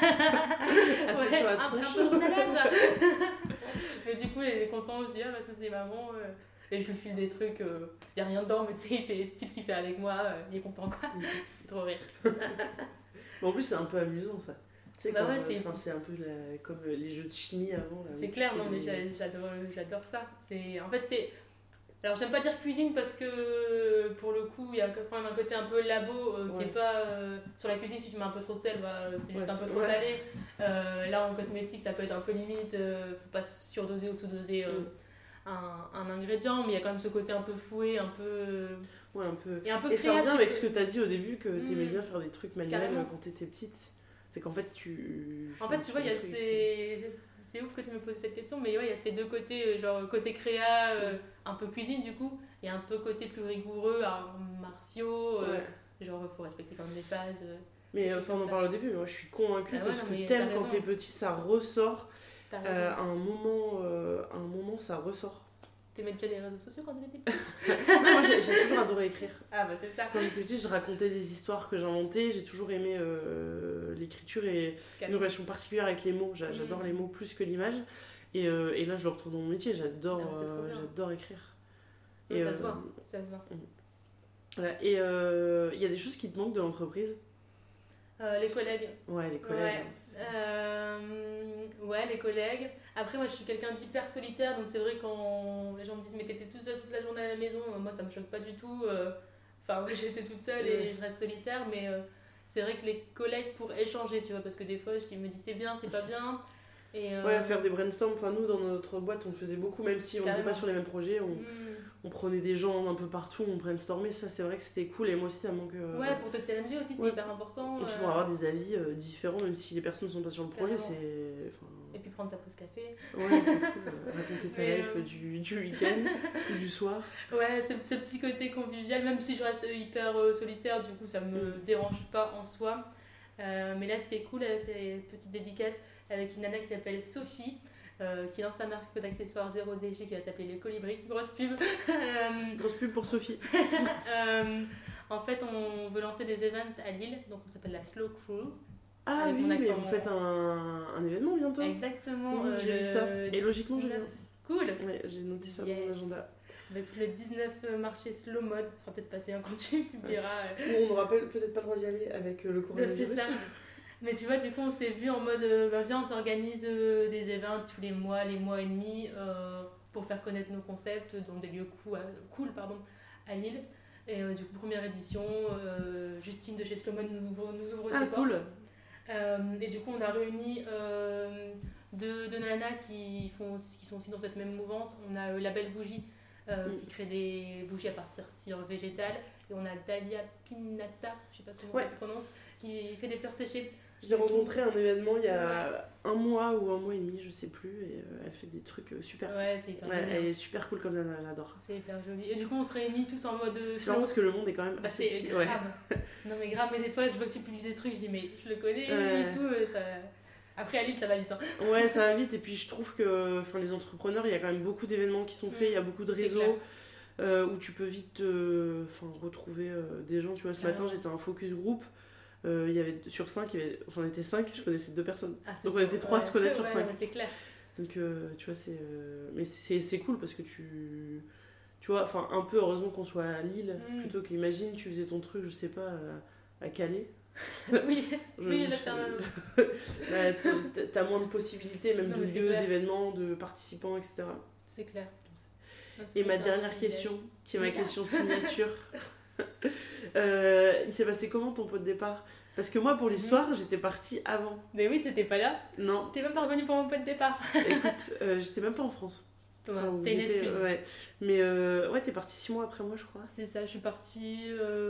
Un peu de rouge à lèvres. Mais du coup, il est content, je dis, ah bah ça c'est maman. Et je lui file des trucs, il y a rien dedans, mais tu sais, il fait style qu'il fait avec moi, il est content quoi. Il fait trop rire. En plus, c'est un peu amusant ça. Tu sais, c'est un peu comme les jeux de chimie avant. Là, c'est clair, non, mais j'adore ça. En fait, c'est. Alors, j'aime pas dire cuisine parce que pour le coup, il y a quand même un côté un peu labo qui est pas. Sur la cuisine, si tu mets un peu trop de sel, c'est juste un peu trop salé. Là, en cosmétique, ça peut être un peu limite. Faut pas surdoser ou sous-doser un ingrédient, mais il y a quand même ce côté un peu fouet, un peu. Ouais, un peu. Et un peu créatif. Ça revient avec ce que t'as dit au début, que t'aimais bien faire des trucs manuels quand t'étais petite. C'est qu'en fait, tu vois, il y a ces. C'est ouf que tu me poses cette question, mais ouais, il y a ces deux côtés, genre côté créa, un peu cuisine du coup, et un peu côté plus rigoureux, arts martiaux, genre faut respecter quand même les phases. Mais on en parle au début, mais moi je suis convaincue que ce que t'aimes quand t'es petit, ça ressort. À un moment, ça ressort. T'aimais déjà les réseaux sociaux quand t'étais petite? Moi j'ai toujours adoré écrire. Ah bah c'est ça. Quand j'étais petite, je racontais des histoires que j'inventais, j'ai toujours aimé l'écriture et une relation particulière avec les mots. J'adore les mots plus que l'image. Et là je le retrouve dans mon métier, j'adore écrire. Et ça se voit. Voilà. Et il y a des choses qui te manquent de l'entreprise? Les collègues. Ouais, les collègues. Les collègues. Après, moi, je suis quelqu'un d'hyper solitaire, donc c'est vrai quand les gens me disent mais t'étais toute seule toute la journée à la maison, moi ça me choque pas du tout. Enfin, oui, j'étais toute seule et je reste solitaire, mais c'est vrai que les collègues pour échanger, tu vois, parce que des fois, je me dis c'est bien, c'est pas bien. Et faire des brainstorms. Enfin, nous, dans notre boîte, on faisait beaucoup, même si on n'était pas sur les mêmes projets, on prenait des gens un peu partout, on brainstormait. Ça, c'est vrai que c'était cool et moi aussi, ça me manque. Pour te challenger aussi, c'est hyper important. Et puis pour avoir des avis différents, même si les personnes ne sont pas sur le projet, Et puis prendre ta pause café. Ouais, c'est cool. Raconter ta life du week-end ou du soir. Ouais, ce petit côté convivial, même si je reste hyper solitaire, du coup, ça me dérange pas en soi. Mais là, ce qui est cool, c'est une petite dédicace avec une nana qui s'appelle Sophie, qui lance sa marque d'accessoires 0DG qui va s'appeler le Colibri. Grosse pub. Grosse pub pour Sophie. En fait, on veut lancer des events à Lille, donc on s'appelle la Slow Crew. Ah avec oui, mon mais accent. vous faites un événement bientôt. Exactement. Oui, j'ai vu ça. Et logiquement, je viens. Cool. Ouais, j'ai noté ça dans mon agenda. Avec le 19 marché Slow Mode, ça sera peut-être passé quand tu publieras. Ou on n'aura peut-être pas le droit d'y aller avec le coronavirus. C'est ça. Mais tu vois, du coup, on s'est vu en mode, viens, on s'organise des événements tous les mois et demi pour faire connaître nos concepts dans des lieux cool à Lille. Et du coup, première édition, Justine de chez Slow Mode nous ouvre ses cool. portes. Et du coup, on a réuni deux nanas qui sont aussi dans cette même mouvance. On a La Belle Bougie qui crée des bougies à partir de cire végétale. Et on a Dalia Pinata, je sais pas comment ça se prononce, qui fait des fleurs séchées. Je l'ai rencontrée à un événement il y a un mois ou un mois et demi, je sais plus, et elle fait des trucs super. Ouais, c'est hyper joli. Elle est super cool comme elle adore. C'est hyper joli. Et du coup, on se réunit tous en mode. C'est marrant parce que le monde est quand même assez c'est petit. grave. Non, mais grave, mais des fois, je vois que tu publies des trucs, je dis, mais je le connais, lui et tout. Ça... Après, à Lille, ça va vite. Hein. Ouais, ça va vite, et puis je trouve que les entrepreneurs, il y a quand même beaucoup d'événements qui sont faits, il y a beaucoup de réseaux. Où tu peux vite retrouver des gens. Tu vois, ce matin, j'étais en focus group. Il y avait sur 5, on était 5, je connaissais 2 personnes. Donc on était 3 à se connaître sur 5. C'est clair. Donc tu vois, mais c'est cool parce que tu vois, enfin un peu heureusement qu'on soit à Lille plutôt qu'imagine tu faisais ton truc, je sais pas, à Calais. Oui, là t'as moins de possibilités, même de lieux, d'événements, de participants, etc. C'est clair. Et ma dernière question, qui est ma question signature. Il s'est passé comment ton pot de départ? Parce que moi, pour l'histoire, j'étais partie avant. Mais oui, t'étais pas là. Non. T'es même pas revenu pour mon pot de départ. Écoute, j'étais même pas en France. T'as une excuse. Ouais. Mais t'es partie 6 mois après moi, je crois. C'est ça, je suis partie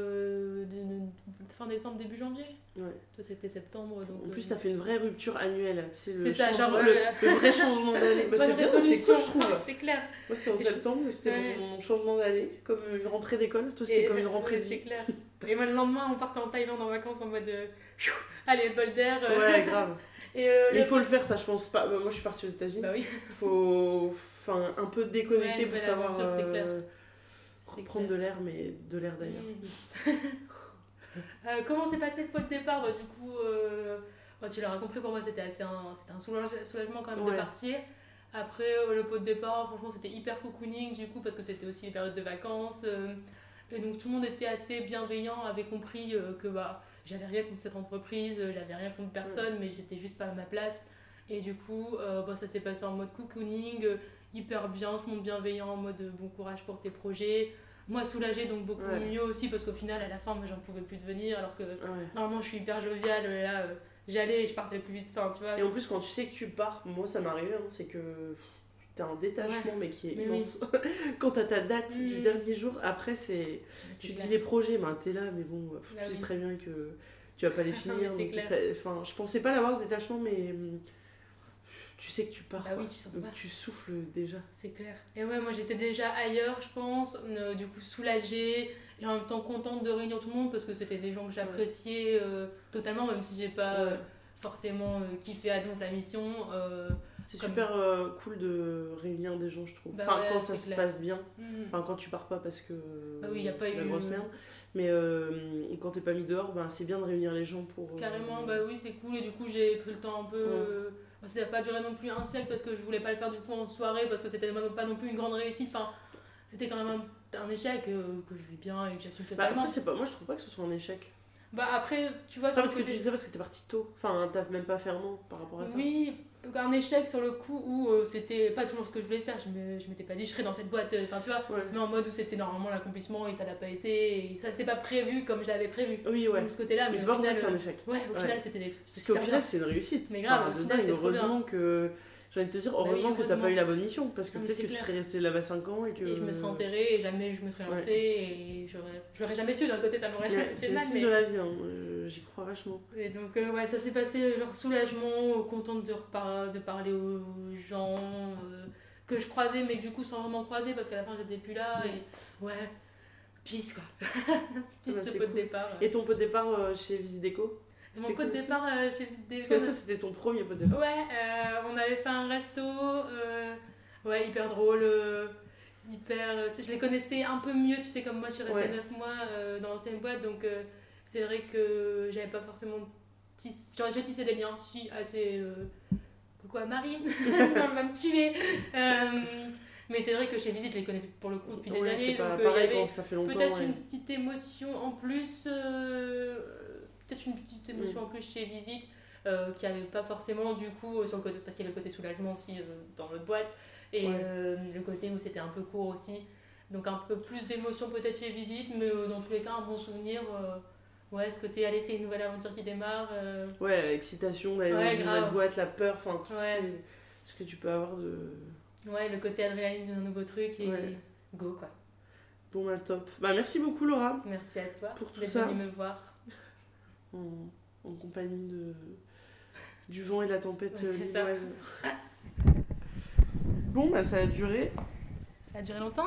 fin décembre, début janvier. Ouais. Toi, c'était septembre. Donc, en plus, t'as fait une vraie rupture annuelle. C'est ça, genre le vrai changement d'année. Bah, c'est bien, c'est cool, je trouve. C'est clair. Moi, c'était en septembre, c'était mon changement d'année, comme une rentrée d'école. Toi, c'était comme une rentrée de vie. C'est clair. Et moi, le lendemain, on partait en Thaïlande en vacances en mode. Allez, bol d'air. Ouais, grave. Et il faut le faire, ça, je pense pas. Moi, je suis partie aux États-Unis. Bah oui. Il faut un peu déconnecter pour savoir prendre de l'air, mais de l'air d'ailleurs. Comment s'est passé le pot de départ? Du coup, tu l'auras compris, pour moi, c'était un soulagement quand même de partir. Après, le pot de départ, franchement, c'était hyper cocooning du coup, parce que c'était aussi les périodes de vacances. Et donc, tout le monde était assez bienveillant, avait compris que j'avais rien contre cette entreprise, j'avais rien contre personne, mais j'étais juste pas à ma place. Et du coup, ça s'est passé en mode cocooning, hyper bien, tout le monde bienveillant, en mode bon courage pour tes projets. Moi soulagée, donc beaucoup mieux aussi, parce qu'au final, à la fin, moi j'en pouvais plus devenir, alors que normalement je suis hyper joviale, là j'allais et je partais plus vite, enfin tu vois. Et en plus, quand tu sais que tu pars, moi ça m'est arrivé, c'est que t'as un détachement, mais qui est immense. Quand t'as ta date du dernier jour, après tu dis les projets, t'es là, mais bon, tu sais très bien que tu vas pas les finir. Enfin, je pensais pas l'avoir ce détachement, mais tu sais que tu pars, donc tu souffles déjà. C'est clair. Et ouais, moi j'étais déjà ailleurs, je pense, du coup soulagée et en même temps contente de réunir tout le monde parce que c'était des gens que j'appréciais totalement, même si j'ai pas forcément kiffé à donf la mission. C'est super cool de réunir des gens, je trouve. Quand ça se passe bien. Enfin, quand tu pars pas parce que y a pas c'est la grosse merde. Mais quand t'es pas mis dehors, c'est bien de réunir les gens pour... Carrément, oui, c'est cool. Et du coup, j'ai pris le temps un peu... ça n'a pas duré non plus un siècle parce que je voulais pas le faire du coup en soirée parce que c'était pas non plus une grande réussite. Enfin, c'était quand même un échec que je vis bien et que j'assume totalement. Après, moi je trouve pas que ce soit un échec. Après, tu vois... Tu disais parce que t'es parti tôt. Enfin, t'as même pas fait un an par rapport à ça. Oui, un échec sur le coup où c'était pas toujours ce que je voulais faire. Je m'étais pas dit je serais dans cette boîte, enfin tu vois, mais en mode où c'était normalement l'accomplissement et ça n'a pas été, et ça c'est pas prévu comme je l'avais prévu. Oui, de ce côté-là, mais c'est au pas final, pour ça que c'est un échec. Au final c'était parce qu'au final c'est une réussite. Mais grave, au final, heureusement que... J'ai envie de te dire, heureusement que t'as pas eu la bonne mission, parce que peut-être que tu serais resté là-bas 5 ans et que... Et je me serais enterrée et jamais je me serais lancée et j'aurais jamais su, d'un côté ça m'aurait jamais fait mal. C'est le signe de la vie, j'y crois vachement. Et donc ça s'est passé genre soulagement, contente de parler aux gens que je croisais mais que du coup sans vraiment croiser parce qu'à la fin j'étais plus là et peace quoi. Peace ce pot de départ. Et ton pot de départ chez Visideco? Mon pot de départ chez Visite des Parce que ça, c'était ton premier pot de départ. Ouais, on avait fait un resto, ouais, hyper drôle, je les connaissais un peu mieux, tu sais, comme moi, je suis restée 9 mois dans l'ancienne boîte, donc c'est vrai que j'avais pas forcément j'ai tissé des liens, si, assez... Coucou à Marine, elle va me tuer. Mais c'est vrai que chez Visite, je les connaissais pour le coup depuis des années, c'est pas donc pareil il y avait quand ça fait longtemps. peut-être une petite émotion en plus, en plus chez Visite, qui avait pas forcément du coup sur le côté, parce qu'il y avait le côté soulagement aussi dans notre boîte, et le côté où c'était un peu court aussi. Donc un peu plus d'émotion peut-être chez Visite, mais dans tous les cas un bon souvenir. Ouais, ce côté, allez, c'est une nouvelle aventure qui démarre. Ouais, l'excitation d'aller dans une nouvelle boîte, la peur, enfin tout ce que tu peux avoir de... Ouais, le côté adrénaline d'un nouveau truc et go quoi. Bon bah top. Bah merci beaucoup Laura. Merci à toi pour tout d'être ça. venue me voir. En compagnie du vent et de la tempête lilloise. Bon bah ça a duré. Ça a duré longtemps ?